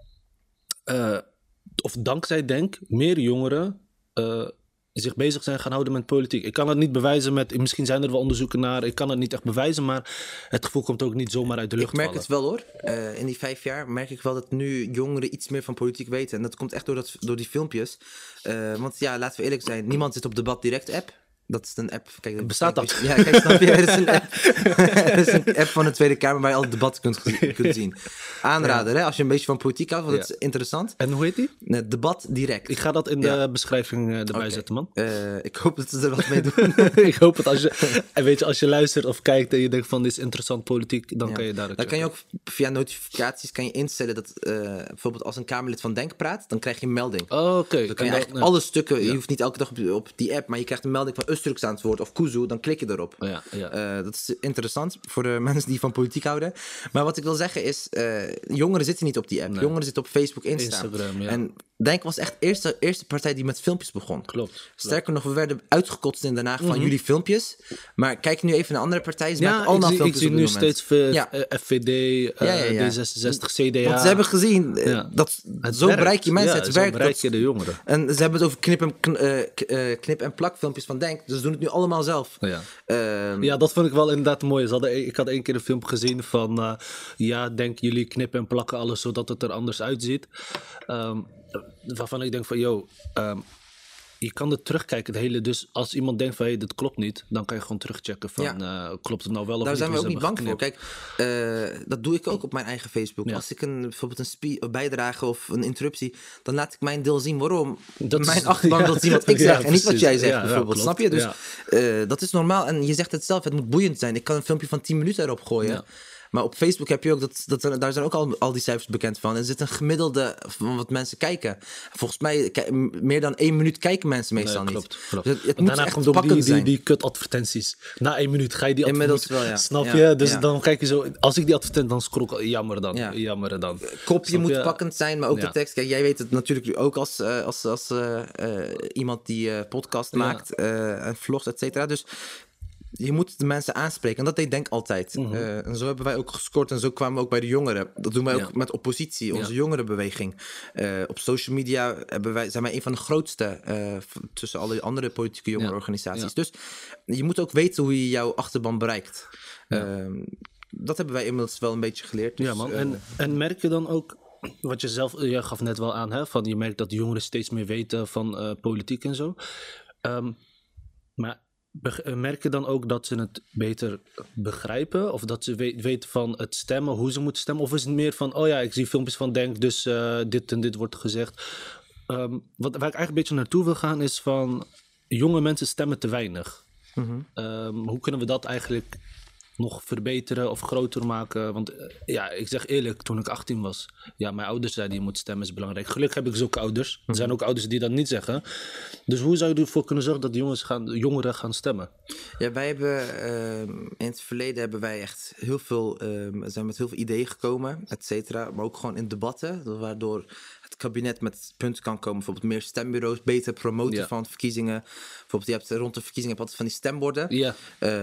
Speaker 2: of dankzij Denk, meer jongeren... zich bezig zijn gaan houden met politiek. Ik kan het niet bewijzen met... Misschien zijn er wel onderzoeken naar. Ik kan het niet echt bewijzen, maar het gevoel komt ook niet zomaar uit de lucht
Speaker 3: vallen. Ik merk
Speaker 2: vallen.
Speaker 3: het wel hoor. In die 5 jaar merk ik wel dat nu jongeren iets meer van politiek weten. En dat komt echt door die filmpjes. Want ja, laten we eerlijk zijn. Niemand zit op Debat Direct app. Dat is een app. Kijk,
Speaker 2: bestaat dat?
Speaker 3: Ja, kijk, snap je? Het is een app. Het is een app van de Tweede Kamer waar je al het debat kunt zien. Aanrader, hè? Als je een beetje van politiek houdt, want het is interessant.
Speaker 2: En hoe heet die?
Speaker 3: Debat Direct.
Speaker 2: Ik ga dat in de beschrijving erbij zetten, man.
Speaker 3: Ik hoop dat ze er wat mee doen.
Speaker 2: Ik hoop het. Als je luistert of kijkt en je denkt van dit is interessant politiek, dan kan je daar ook
Speaker 3: Dan kan je ook via notificaties kan je instellen dat bijvoorbeeld als een Kamerlid van Denk praat, dan krijg je een melding.
Speaker 2: Oh, oké.
Speaker 3: Dan kan je eigenlijk alle stukken, je hoeft niet elke dag op die app, maar je krijgt een melding van Öztürk aan het woord of Kuzu, dan klik je erop. Dat is interessant voor de mensen die van politiek houden. Maar wat ik wil zeggen is, jongeren zitten niet op die app. Nee. Jongeren zitten op Facebook, Instagram. En Denk was echt de eerste partij die met filmpjes begon.
Speaker 2: Klopt.
Speaker 3: Sterker nog, we werden uitgekotst in Den Haag van jullie filmpjes. Maar kijk nu even naar andere partijen. Ze maken allemaal filmpjes.
Speaker 2: Ik zie nu steeds FVD, D66, CDA.
Speaker 3: Want ze hebben gezien, zo bereik je mensen. Het werkt.
Speaker 2: Zo bereik je de jongeren.
Speaker 3: En ze hebben het over knip- en plakfilmpjes van Denk. Dus ze doen het nu allemaal zelf.
Speaker 2: Ja, dat vond ik wel inderdaad mooi. Ik had 1 keer een film gezien van... Denk jullie knippen en plakken alles zodat het er anders uitziet. Waarvan ik denk van, je kan er terugkijken, het hele. Dus als iemand denkt van, dit klopt niet, dan kan je gewoon terugchecken van, klopt het nou wel of
Speaker 3: daar
Speaker 2: niet.
Speaker 3: Daar zijn we ook niet bang voor. Kijk, dat doe ik ook op mijn eigen Facebook. Ja. Als ik bijvoorbeeld een bijdrage of een interruptie, dan laat ik mijn deel zien. Waarom? Mijn achterban wil zien wat ik zeg en niet wat jij zegt, bijvoorbeeld. Snap je? Dus dat is normaal. En je zegt het zelf, het moet boeiend zijn. Ik kan een filmpje van 10 minuten erop gooien. Ja. Maar op Facebook heb je ook, daar zijn ook al die cijfers bekend van. Er zit een gemiddelde van wat mensen kijken. Volgens mij, meer dan 1 minuut kijken mensen meestal niet. Klopt.
Speaker 2: Dus het moet daarna echt komt ook die kut-advertenties. Na 1 minuut ga je die
Speaker 3: inmiddels wel,
Speaker 2: snap je? Dus dan kijk je zo, als ik die advertentie, dan scroll ik, jammer dan.
Speaker 3: Kopje moet pakkend zijn, maar ook de tekst. Kijk, jij weet het natuurlijk ook als iemand die podcast maakt, en vlogt, et cetera. Dus je moet de mensen aanspreken. En dat deed Denk altijd. En zo hebben wij ook gescoord. En zo kwamen we ook bij de jongeren. Dat doen wij ook met oppositie. Onze jongerenbeweging. Op social media zijn wij een van de grootste tussen alle andere politieke jongerenorganisaties. Ja. Dus je moet ook weten hoe je jouw achterban bereikt. Dat hebben wij inmiddels wel een beetje geleerd. Dus,
Speaker 2: ja, man. En merk je dan ook, wat je gaf net wel aan, hè, van je merkt dat de jongeren steeds meer weten van politiek en zo. Maar merk je dan ook dat ze het beter begrijpen? Of dat ze weten van het stemmen, hoe ze moeten stemmen? Of is het meer van, ik zie filmpjes van Denk, dus dit en dit wordt gezegd. Waar ik eigenlijk een beetje naartoe wil gaan is van, jonge mensen stemmen te weinig. Hoe kunnen we dat eigenlijk nog verbeteren of groter maken? Want ik zeg eerlijk, toen ik 18 was, mijn ouders zeiden je moet stemmen, is belangrijk. Gelukkig heb ik dus ook ouders. Er zijn ook ouders die dat niet zeggen. Dus hoe zou je ervoor kunnen zorgen dat jongeren gaan stemmen? Ja,
Speaker 3: wij hebben in het verleden hebben wij echt heel veel, zijn met heel veel ideeën gekomen, et cetera. Maar ook gewoon in debatten, waardoor het kabinet met punten kan komen. Bijvoorbeeld meer stembureaus, beter promoten van verkiezingen. Bijvoorbeeld je hebt rond de verkiezingen altijd van die stemborden.
Speaker 2: Ja.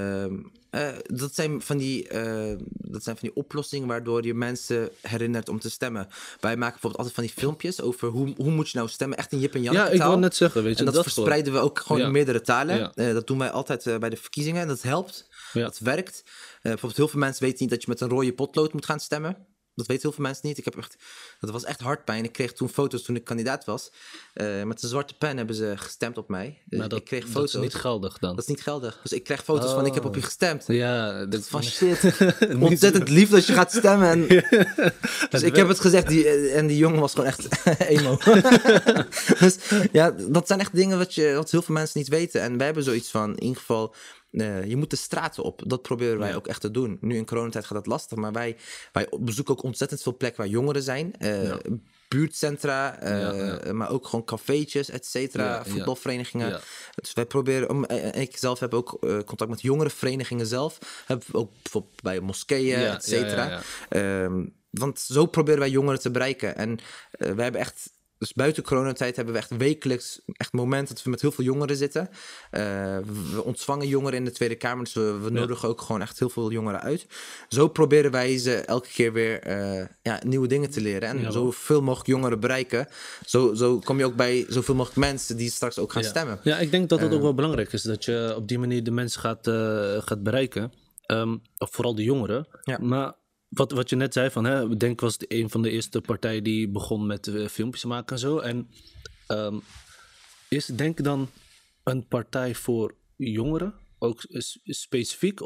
Speaker 3: Dat zijn van die oplossingen waardoor je mensen herinnert om te stemmen. Wij maken bijvoorbeeld altijd van die filmpjes over hoe moet je nou stemmen. Echt in Jip en Janneke taal.
Speaker 2: Ja, ik wil net zeggen. Weet je,
Speaker 3: en dat verspreiden we ook gewoon in meerdere talen. Ja. Dat doen wij altijd bij de verkiezingen. En dat helpt. Ja. Dat werkt. Bijvoorbeeld heel veel mensen weten niet dat je met een rode potlood moet gaan stemmen. dat weten heel veel mensen niet. Dat was echt hartpijn. Ik kreeg toen foto's toen ik kandidaat was. Met een zwarte pen hebben ze gestemd op mij. Dus
Speaker 2: Maar
Speaker 3: ik kreeg foto's.
Speaker 2: dat is niet geldig dan?
Speaker 3: Dat is niet geldig. Dus ik kreeg foto's van ik heb op je gestemd.
Speaker 2: Ja,
Speaker 3: Van shit. Ontzettend lief dat je gaat stemmen. En dus ik heb het gezegd en die jongen was gewoon echt emo. Dus ja, dat zijn echt dingen wat heel veel mensen niet weten. En wij hebben zoiets van, in ieder geval, je moet de straten op. Dat proberen wij ook echt te doen. Nu in coronatijd gaat dat lastig, maar wij bezoeken ook ontzettend veel plekken waar jongeren zijn. Buurtcentra, maar ook gewoon cafeetjes, et cetera, voetbalverenigingen. Ja. Dus wij proberen, ik zelf heb ook contact met jongerenverenigingen zelf. Heb ook bijvoorbeeld bij moskeeën, et cetera. Want zo proberen wij jongeren te bereiken. En wij hebben echt... Dus buiten coronatijd hebben we echt wekelijks echt momenten dat we met heel veel jongeren zitten. We ontvangen jongeren in de Tweede Kamer, dus we nodigen ook gewoon echt heel veel jongeren uit. Zo proberen wij ze elke keer weer nieuwe dingen te leren. En zoveel mogelijk jongeren bereiken. Zo kom je ook bij zoveel mogelijk mensen die straks ook gaan stemmen.
Speaker 2: Ja, ik denk dat het ook wel belangrijk is dat je op die manier de mensen gaat bereiken. Of vooral de jongeren. Ja. Maar... Wat je net zei, Denk was een van de eerste partijen die begon met filmpjes maken en zo. En is Denk dan een partij voor jongeren? Ook specifiek?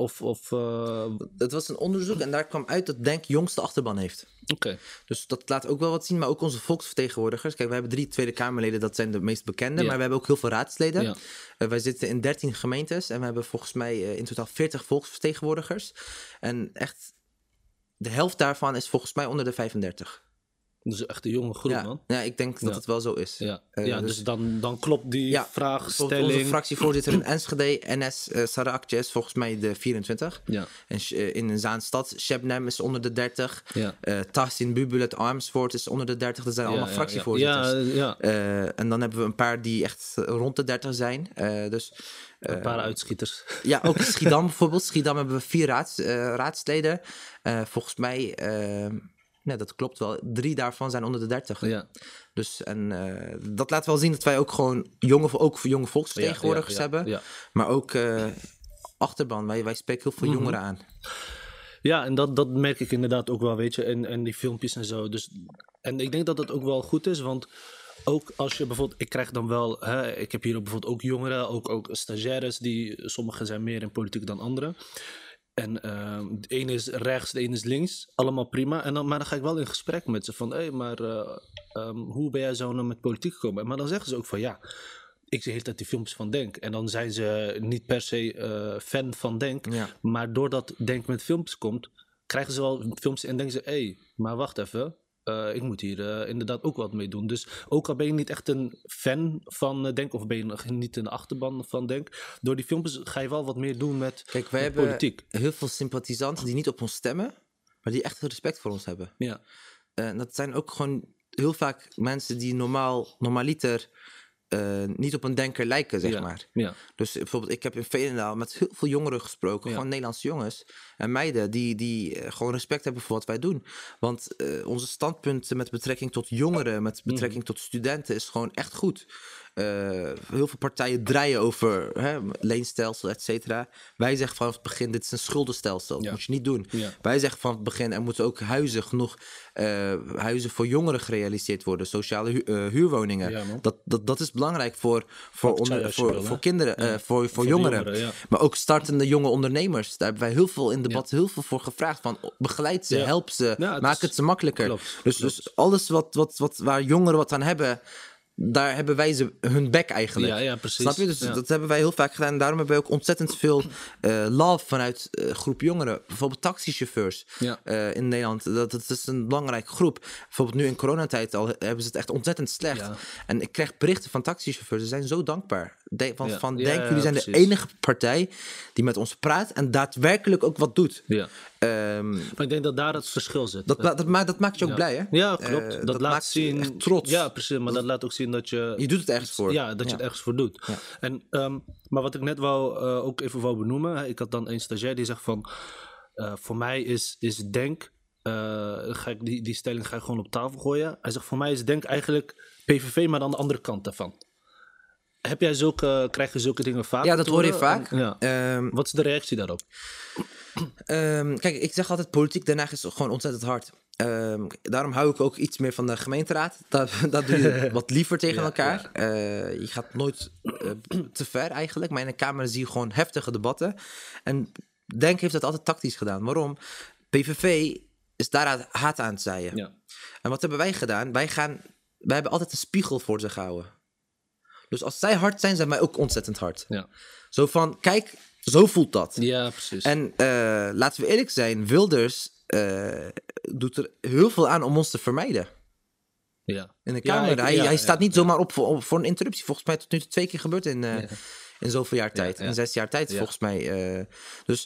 Speaker 3: Het was een onderzoek en daar kwam uit dat Denk jongste achterban heeft.
Speaker 2: Okay.
Speaker 3: Dus dat laat ook wel wat zien, maar ook onze volksvertegenwoordigers. Kijk, we hebben 3 Tweede Kamerleden, dat zijn de meest bekende, maar we hebben ook heel veel raadsleden. Ja. Wij zitten in 13 gemeentes en we hebben volgens mij in totaal 40 volksvertegenwoordigers. En echt... De helft daarvan is volgens mij onder de 35.
Speaker 2: Dus echt een jonge groep, man.
Speaker 3: Ja, ik denk dat het wel zo is.
Speaker 2: Ja, dus dan klopt die vraagstelling.
Speaker 3: Onze fractievoorzitter in Enschede, NS Sarakje, is volgens mij de 24. Ja. En in Zaanstad, Shebnem is onder de 30. Ja. Tahsin Bubul uit Amersfoort is onder de 30. Dat zijn allemaal fractievoorzitters. Ja. En dan hebben we een paar die echt rond de 30 zijn.
Speaker 2: Een paar uitschieters.
Speaker 3: Ja, ook in Schiedam bijvoorbeeld. Schiedam hebben we 4 raadsleden. Volgens mij... dat klopt wel. 3 daarvan zijn onder de 30. Ja. Dus dat laat wel zien dat wij ook gewoon jonge volksvertegenwoordigers hebben. Ja. Maar ook achterban. Wij spreken heel veel jongeren aan.
Speaker 2: Ja, en dat merk ik inderdaad ook wel, weet je. En die filmpjes en zo. Dus, en ik denk dat dat ook wel goed is, want... Ook als je bijvoorbeeld, ik krijg dan wel, ik heb hier ook bijvoorbeeld ook jongeren, ook stagiaires, sommigen zijn meer in politiek dan anderen. En de ene is rechts, de ene is links, allemaal prima. Maar dan ga ik wel in gesprek met ze van, hoe ben jij zo nou met politiek gekomen? Maar dan zeggen ze ook van, ik zie de hele tijd die filmpjes van Denk. En dan zijn ze niet per se fan van Denk, maar doordat Denk met filmpjes komt, krijgen ze wel filmpjes en denken ze, maar wacht even. Ik moet hier inderdaad ook wat mee doen. Dus ook al ben je niet echt een fan van Denk... of ben je niet een achterban van Denk... door die filmpjes ga je wel wat meer doen met politiek.
Speaker 3: Wij hebben heel veel sympathisanten die niet op ons stemmen... maar die echt respect voor ons hebben. Ja. Dat zijn ook gewoon heel vaak mensen die normaliter... niet op een denker lijken, zeg maar. Ja. Dus bijvoorbeeld, ik heb in Veenendaal met heel veel jongeren gesproken, gewoon Nederlandse jongens en meiden, die gewoon respect hebben voor wat wij doen. Want onze standpunten met betrekking tot jongeren, met betrekking tot studenten, is gewoon echt goed. Heel veel partijen draaien over leenstelsel, et cetera. Wij zeggen vanaf het begin, dit is een schuldenstelsel. Dat moet je niet doen. Ja. Wij zeggen vanaf het begin, er moeten ook genoeg huizen voor jongeren gerealiseerd worden. Sociale huurwoningen. Ja, dat is belangrijk voor kinderen, voor jongeren. Maar ook startende jonge ondernemers. Daar hebben wij heel veel in debat heel veel voor gevraagd. Van begeleid ze, help ze, maak het ze makkelijker. Klopt. Dus alles waar jongeren wat aan hebben... Daar hebben wij hun bek eigenlijk.
Speaker 2: Ja, precies.
Speaker 3: Snap je? Dus dat hebben wij heel vaak gedaan. En daarom hebben wij ook ontzettend veel love vanuit groep jongeren. Bijvoorbeeld taxichauffeurs in Nederland. Dat is een belangrijke groep. Bijvoorbeeld nu in coronatijd al hebben ze het echt ontzettend slecht. Ja. En ik krijg berichten van taxichauffeurs. Ze zijn zo dankbaar. Denk, jullie zijn de enige partij die met ons praat en daadwerkelijk ook wat doet. Ja.
Speaker 2: Maar ik denk dat daar het verschil zit.
Speaker 3: Dat maakt je ook blij, hè?
Speaker 2: Ja, klopt. Dat laat zien...
Speaker 3: echt trots.
Speaker 2: Ja, precies. Maar dat laat ook zien dat je...
Speaker 3: Je doet het ergens voor.
Speaker 2: Ja, dat je het ergens voor doet. Ja. En, maar wat ik net ook even wou benoemen. Ik had dan een stagiair die zegt van... voor mij is Denk... die stelling ga ik gewoon op tafel gooien. Hij zegt, voor mij is Denk eigenlijk PVV, maar aan de andere kant daarvan. Krijg je zulke dingen vaak?
Speaker 3: Ja, dat hoor je vaak.
Speaker 2: Wat is de reactie daarop?
Speaker 3: Kijk, ik zeg altijd, politiek Den Haag is gewoon ontzettend hard. Daarom hou ik ook iets meer van de gemeenteraad. Dat doe je wat liever tegen elkaar. Je gaat nooit te ver eigenlijk. Maar in de Kamer zie je gewoon heftige debatten. En Denk heeft dat altijd tactisch gedaan. Waarom? PVV is daar haat aan het zaaien. Ja. En wat hebben wij gedaan? Wij hebben altijd een spiegel voor ze gehouden. Dus als zij hard zijn wij ook ontzettend hard. Ja. Zo van, kijk, zo voelt dat.
Speaker 2: Ja, precies.
Speaker 3: En laten we eerlijk zijn, Wilders doet er heel veel aan om ons te vermijden. Ja. In de Kamer. Hij staat niet zomaar op voor een interruptie. Volgens mij tot nu toe 2 keer gebeurd in zoveel jaar tijd. In 6 jaar tijd, volgens mij. Dus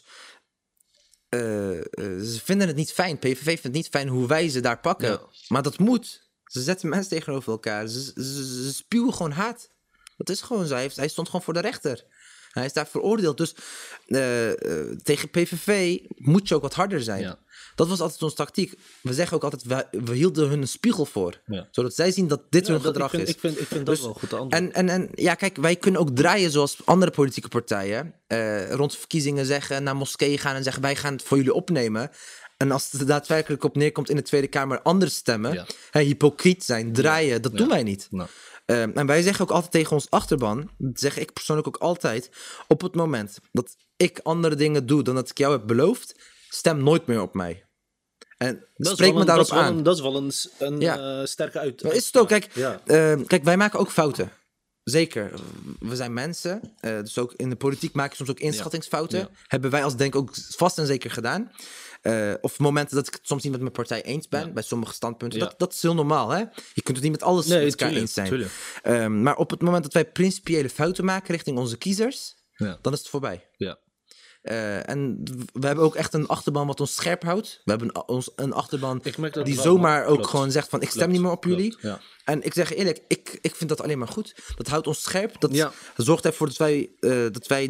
Speaker 3: ze vinden het niet fijn. PVV vindt het niet fijn hoe wij ze daar pakken. Ja. Maar dat moet. Ze zetten mensen tegenover elkaar. Ze spuwen gewoon haat. Dat is gewoon zo. Hij stond gewoon voor de rechter. Hij is daar veroordeeld. Dus tegen PVV moet je ook wat harder zijn. Ja. Dat was altijd onze tactiek. We zeggen ook altijd, we hielden hun een spiegel voor. Ja. Zodat zij zien dat dit hun gedrag is.
Speaker 2: Ik vind dat wel goed te antwoorden.
Speaker 3: En ja, kijk, wij kunnen ook draaien zoals andere politieke partijen. Rond de verkiezingen zeggen, naar moskeeën gaan en zeggen, wij gaan het voor jullie opnemen. En als het er daadwerkelijk op neerkomt in de Tweede Kamer anders stemmen. Hypocriet zijn, draaien, dat doen wij niet. Nou. En wij zeggen ook altijd tegen ons achterban, dat zeg ik persoonlijk ook altijd, op het moment dat ik andere dingen doe dan dat ik jou heb beloofd, stem nooit meer op mij. En spreek me daarop aan.
Speaker 2: Dat is wel een sterke uit.
Speaker 3: Maar is het ook, kijk, kijk, wij maken ook fouten. Zeker. We zijn mensen. Dus ook in de politiek maak je soms ook inschattingsfouten. Ja. Hebben wij als Denk ook vast en zeker gedaan. Of momenten dat ik het soms niet met mijn partij eens ben. Bij sommige standpunten. Dat is heel normaal. Hè? Je kunt het niet met alles met elkaar eens zijn. Maar op het moment dat wij principiële fouten maken richting onze kiezers. Dan is het voorbij. Ja. En we hebben ook echt een achterban wat ons scherp houdt. We hebben een achterban die zomaar ook gewoon zegt van ik stem niet meer op jullie. Ja. En ik zeg eerlijk, ik vind dat alleen maar goed. Dat houdt ons scherp. Dat zorgt ervoor dat wij ik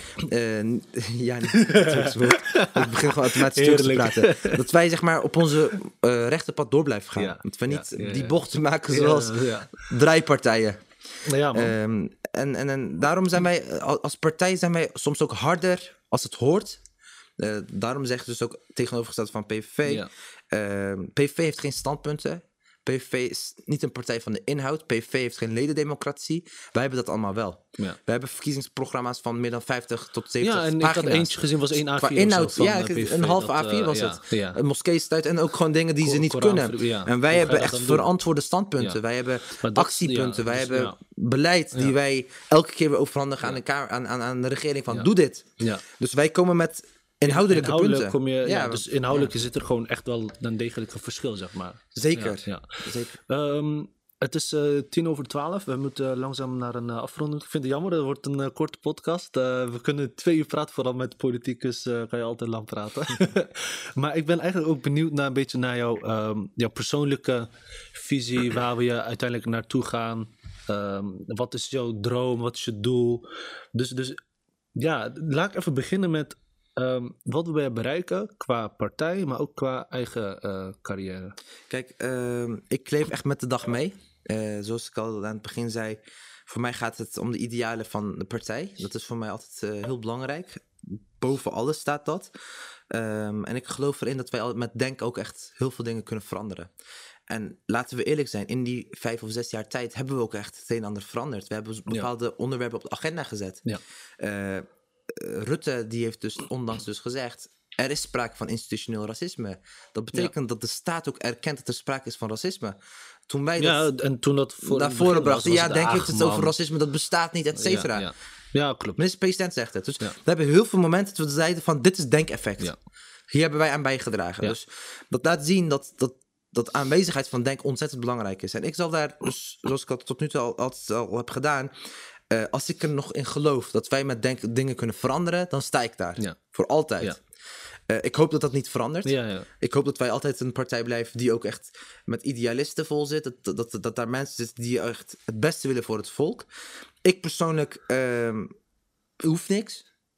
Speaker 3: begin gewoon automatisch te praten. Dat wij zeg maar op onze rechte pad door blijven gaan. Dat we niet die bochten maken zoals draaipartijen. Ja, man. En daarom zijn wij als partij soms ook harder als het hoort. Daarom zeggen ze dus ook tegenovergesteld van PVV. PVV heeft geen standpunten. PVV is niet een partij van de inhoud. PVV heeft geen ledendemocratie. Wij hebben dat allemaal wel. Ja. We hebben verkiezingsprogramma's van meer dan 50 tot 70 pagina's.
Speaker 2: En ik had eentje gezien, was 1 A4
Speaker 3: qua inhoud, een halve A4 was het. Een moskee-stuit en ook gewoon dingen die ze niet kunnen. En wij hebben echt verantwoorde standpunten. Ja. Wij hebben actiepunten. Wij hebben beleid die wij elke keer weer overhandigen aan de regering van doe dit. Ja. Dus wij komen met inhoudelijke punten.
Speaker 2: Dus inhoudelijk zit er gewoon echt wel een degelijke verschil, zeg maar.
Speaker 3: Zeker.
Speaker 2: Zeker. Het is 11:10. We moeten langzaam naar een afronding. Ik vind het jammer, het wordt een korte podcast. We kunnen 2 uur praten, vooral met politicus kan je altijd lang praten. Maar ik ben eigenlijk ook benieuwd naar een beetje naar jouw persoonlijke visie, waar we je uiteindelijk naartoe gaan. Wat is jouw droom, wat is je doel? Dus ja, laat ik even beginnen met wat wil je bereiken qua partij, maar ook qua eigen carrière?
Speaker 3: Kijk, ik leef echt met de dag mee. Zoals ik al aan het begin zei, voor mij gaat het om de idealen van de partij. Dat is voor mij altijd heel belangrijk. Boven alles staat dat. En ik geloof erin dat wij met Denk ook echt heel veel dingen kunnen veranderen. En laten we eerlijk zijn, in die 5 of 6 jaar tijd hebben we ook echt het een en ander veranderd. We hebben bepaalde onderwerpen op de agenda gezet. Ja. Rutte die heeft dus onlangs dus gezegd, er is sprake van institutioneel racisme. Dat betekent dat de staat ook erkent dat er sprake is van racisme. Toen wij
Speaker 2: en toen dat
Speaker 3: naar voren brachten, Denk heeft het over racisme, dat bestaat niet, et cetera.
Speaker 2: Ja, klopt.
Speaker 3: Minister-president zegt het. Dus we hebben heel veel momenten dat we zeiden van dit is Denk-effect. Ja. Hier hebben wij aan bijgedragen. Ja. Dus dat laat zien dat aanwezigheid van Denk ontzettend belangrijk is. En ik zal daar, dus, zoals ik dat tot nu toe altijd al heb gedaan, als ik er nog in geloof dat wij met Denk dingen kunnen veranderen, dan sta ik daar. Ja. Voor altijd. Ja. Ik hoop dat dat niet verandert. Ja. Ik hoop dat wij altijd een partij blijven die ook echt met idealisten vol zit. Dat daar mensen zitten die echt het beste willen voor het volk. Ik persoonlijk hoef niks.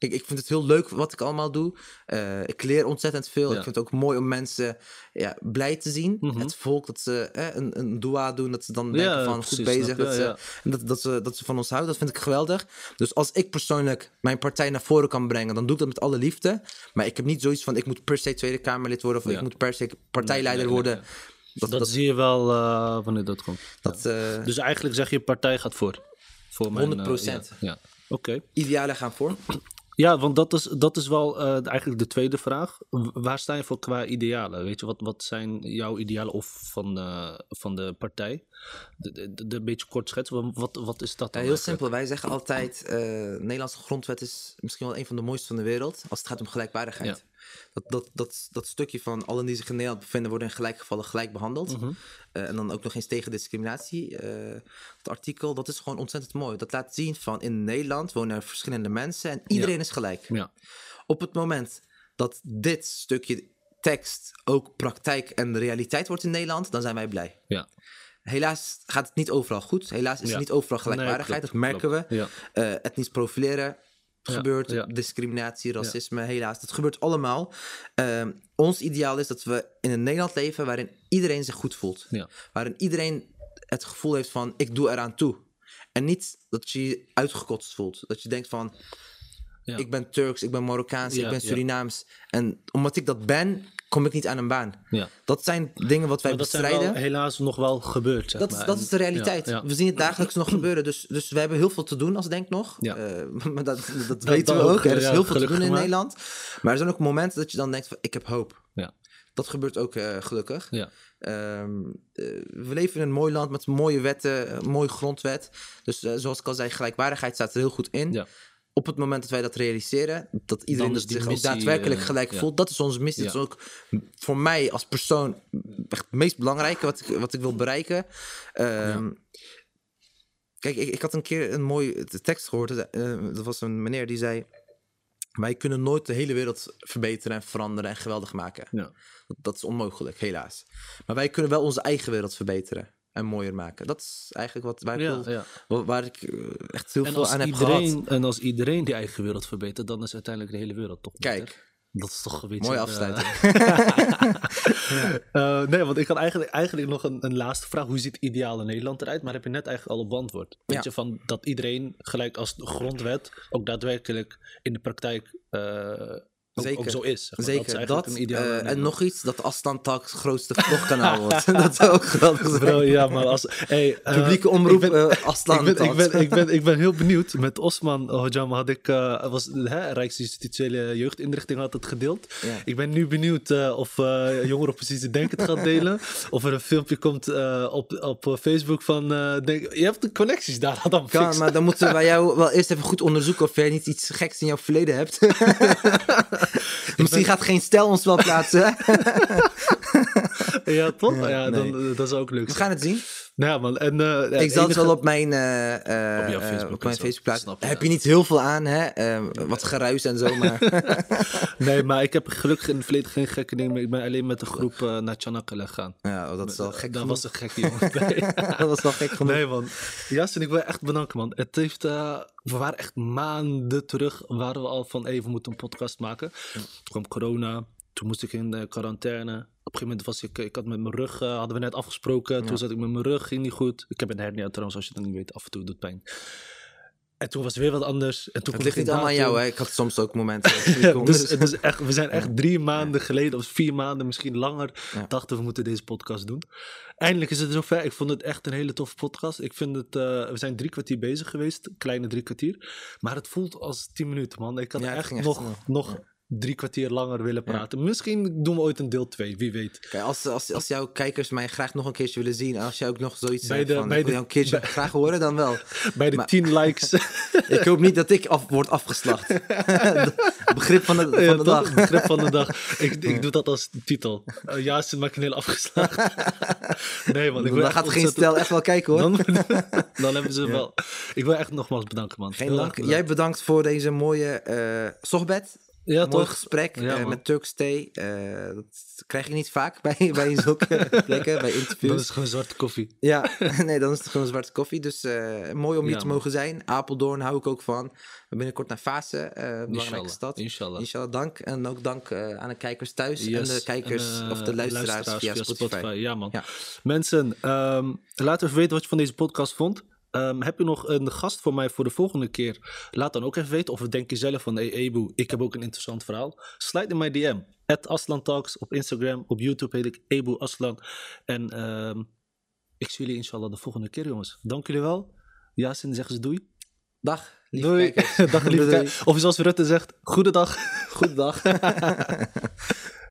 Speaker 3: Ik vind het heel leuk wat ik allemaal doe. Ik leer ontzettend veel.
Speaker 2: Ja.
Speaker 3: Ik vind het ook mooi om mensen blij te zien. Het volk, dat ze een dua doen. Dat ze dan denken van
Speaker 2: precies,
Speaker 3: goed bezig.
Speaker 2: snap je?
Speaker 3: Dat ze van ons houden. Dat vind ik geweldig. Dus als ik persoonlijk mijn partij naar voren kan brengen, dan doe ik dat met alle liefde. Maar ik heb niet zoiets van ik moet per se Tweede Kamerlid worden. Of ik moet per se partijleider worden.
Speaker 2: Dat zie je wel wanneer dat komt. Dus eigenlijk zeg je partij gaat voor. Voor mijn,
Speaker 3: 100%.
Speaker 2: Ja. Oké.
Speaker 3: Idealen gaan voor.
Speaker 2: Ja, want dat is wel eigenlijk de tweede vraag. Waar sta je voor qua idealen? Weet je, wat zijn jouw idealen of van de partij? De beetje kort schetsen, wat is dat dan?
Speaker 3: Heel simpel, wij zeggen altijd, de Nederlandse grondwet is misschien wel een van de mooiste van de wereld, als het gaat om gelijkwaardigheid.
Speaker 2: Ja.
Speaker 3: Dat stukje van allen die zich in Nederland bevinden worden in gelijke gevallen gelijk behandeld. En dan ook nog eens tegen discriminatie. Het artikel, dat is gewoon ontzettend mooi. Dat laat zien van in Nederland wonen er verschillende mensen en iedereen is gelijk.
Speaker 2: Ja.
Speaker 3: Op het moment dat dit stukje tekst ook praktijk en realiteit wordt in Nederland, dan zijn wij blij.
Speaker 2: Ja.
Speaker 3: Helaas gaat het niet overal goed. Helaas is er niet overal gelijkwaardigheid.
Speaker 2: Nee,
Speaker 3: dat merken we.
Speaker 2: Ja.
Speaker 3: Etnisch profileren gebeurt.
Speaker 2: Ja.
Speaker 3: Discriminatie, racisme, helaas. Dat gebeurt allemaal. Ons ideaal is dat we in een Nederland leven waarin iedereen zich goed voelt.
Speaker 2: Ja.
Speaker 3: Waarin iedereen het gevoel heeft van ik doe eraan toe. En niet dat je je uitgekotst voelt. Dat je denkt van ik ben Turks, ik ben Marokkaans, ik ben Surinaams. En omdat ik dat ben, kom ik niet aan een baan. Ja. Dat zijn dingen wat wij bestrijden.
Speaker 2: Dat zijn wel helaas nog wel gebeurd, zeg maar.
Speaker 3: Dat is de realiteit. Ja. We zien het dagelijks nog gebeuren. Dus we hebben heel veel te doen als Denk nog.
Speaker 2: Ja.
Speaker 3: Maar dat weten we ook. Er is heel veel te doen in Nederland. Maar er zijn ook momenten dat je dan denkt van ik heb hoop.
Speaker 2: Ja.
Speaker 3: Dat gebeurt ook gelukkig.
Speaker 2: Ja.
Speaker 3: We leven in een mooi land met mooie wetten, een mooie grondwet. Dus zoals ik al zei, gelijkwaardigheid staat er heel goed in. Ja. Op het moment dat wij dat realiseren, dat iedereen zich ook daadwerkelijk gelijk voelt, dat is onze missie. Dat is ook voor mij als persoon echt het meest belangrijke wat ik wil bereiken. Kijk, ik had een keer een mooie tekst gehoord. Dat was een meneer die zei: wij kunnen nooit de hele wereld verbeteren en veranderen en geweldig maken. Ja. Dat is onmogelijk, helaas. Maar wij kunnen wel onze eigen wereld verbeteren en mooier maken. Dat is eigenlijk waar ik echt heel veel aan heb gehad.
Speaker 2: En als iedereen die eigen wereld verbetert, dan is uiteindelijk de hele wereld toch beter.
Speaker 3: Kijk.
Speaker 2: Dat is toch een beetje...
Speaker 3: Mooie afsluiting.
Speaker 2: Nee, want ik had eigenlijk nog een laatste vraag. Hoe ziet ideale Nederland eruit? Maar heb je net eigenlijk al op beantwoord. Weet je, van dat iedereen gelijk als de grondwet ook daadwerkelijk in de praktijk ook zo is. Zeg maar.
Speaker 3: Zeker,
Speaker 2: dat is een
Speaker 3: en nog iets, dat Afstandtalk het grootste vlogkanaal wordt. Dat zou ook geweldig zijn.
Speaker 2: Bro, ja, maar als...
Speaker 3: publieke omroep, Afstandtalk.
Speaker 2: Ik ben heel benieuwd. Met Osman Hojama had ik... Rijksinstitutionele Jeugdinrichting had het gedeeld. Ja. Ik ben nu benieuwd of Jongeren Precies Denken het gaat delen. Of er een filmpje komt op Facebook van... je hebt de connecties daar dan
Speaker 3: kan, maar dan moeten we bij jou wel eerst even goed onderzoeken of jij niet iets geks in jouw verleden hebt. Misschien gaat Geen Stijl ons wel plaatsen.
Speaker 2: Ja, toch? Ja, nee. Dat is ook leuk.
Speaker 3: We gaan het zien.
Speaker 2: Nou, man.
Speaker 3: Ik zal het wel op mijn Facebook plaatsen. Heb je niet heel veel aan, hè? Wat geruis en zo, maar...
Speaker 2: Nee, maar ik heb gelukkig in het verleden geen gekke dingen meer. Ik ben alleen met de groep naar Chanakkale gegaan.
Speaker 3: Ja, dat is wel gek.
Speaker 2: Dat was een gekke jongen.
Speaker 3: Dat was wel gek genoeg.
Speaker 2: Nee, man. Jassen, ik wil je echt bedanken, man. Het heeft... we waren echt maanden terug, waren we al van we moeten een podcast maken. Toen kwam corona, toen moest ik in quarantaine. Op een gegeven moment was ik had met mijn rug, hadden we net afgesproken. Toen zat ik met mijn rug, ging niet goed. Ik heb een hernia trouwens, als je het niet weet, af en toe doet pijn. En toen was het weer wat anders. En toen
Speaker 3: het ligt niet allemaal aan jou, hè? Ik had soms ook momenten.
Speaker 2: dus echt, we zijn echt 3 maanden geleden, of 4 maanden, misschien langer, dachten we moeten deze podcast doen. Eindelijk is het zover. Ik vond het echt een hele toffe podcast. Ik vind het, we zijn 3 kwartier bezig geweest, kleine 3 kwartier. Maar het voelt als 10 minuten, man. Ik had echt nog 3 kwartier langer willen praten. Ja. Misschien doen we ooit een deel 2, wie weet.
Speaker 3: Kijk, als jouw kijkers mij graag nog een keertje willen zien... en als jij ook nog zoiets zegt van... ik wil jou een keertje graag horen, dan wel.
Speaker 2: Bij de 10 likes.
Speaker 3: Ik hoop niet dat ik word afgeslacht. Begrip van de dag.
Speaker 2: Begrip van de dag. Ik doe dat als titel. Jason McNeil afgeslacht. Nee, man.
Speaker 3: Dan gaat Geen Stijl echt wel kijken, hoor.
Speaker 2: Dan hebben ze wel... Ik wil echt nogmaals bedanken, man.
Speaker 3: Geen dank. Jij bedankt voor deze mooie sohbet.
Speaker 2: Ja,
Speaker 3: Een mooi
Speaker 2: toch?
Speaker 3: gesprek
Speaker 2: Ja, man.
Speaker 3: met Turks Thee. Dat krijg je niet vaak bij zulke plekken, bij interviews.
Speaker 2: Dat is gewoon zwarte koffie.
Speaker 3: Ja, nee, dan is het gewoon zwarte koffie. Dus mooi om hier
Speaker 2: Ja,
Speaker 3: te
Speaker 2: man.
Speaker 3: mogen zijn. Apeldoorn hou ik ook van. We gaan binnenkort naar Fase, belangrijke stad.
Speaker 2: Inshallah.
Speaker 3: Dank. En ook dank aan de kijkers thuis
Speaker 2: Yes.
Speaker 3: en de kijkers
Speaker 2: En,
Speaker 3: of de luisteraars via Spotify.
Speaker 2: Ja, man.
Speaker 3: Ja.
Speaker 2: Mensen, laat even weten wat je van deze podcast vond. Heb je nog een gast voor mij voor de volgende keer? Laat dan ook even weten. Of denk je zelf van, hey Ebu, ik heb ook een interessant verhaal. Slide in mijn DM. @AslanTalks op Instagram. Op YouTube heet ik Ebu Aslan. En ik zie jullie inshallah de volgende keer, jongens. Dank jullie wel. Yasin, zeg eens doei.
Speaker 3: Dag, lieve
Speaker 2: Doei.
Speaker 3: kijkers.
Speaker 2: Dag, lieve
Speaker 3: Doei.
Speaker 2: kijkers. Of zoals Rutte zegt, goedendag.
Speaker 3: Goedendag.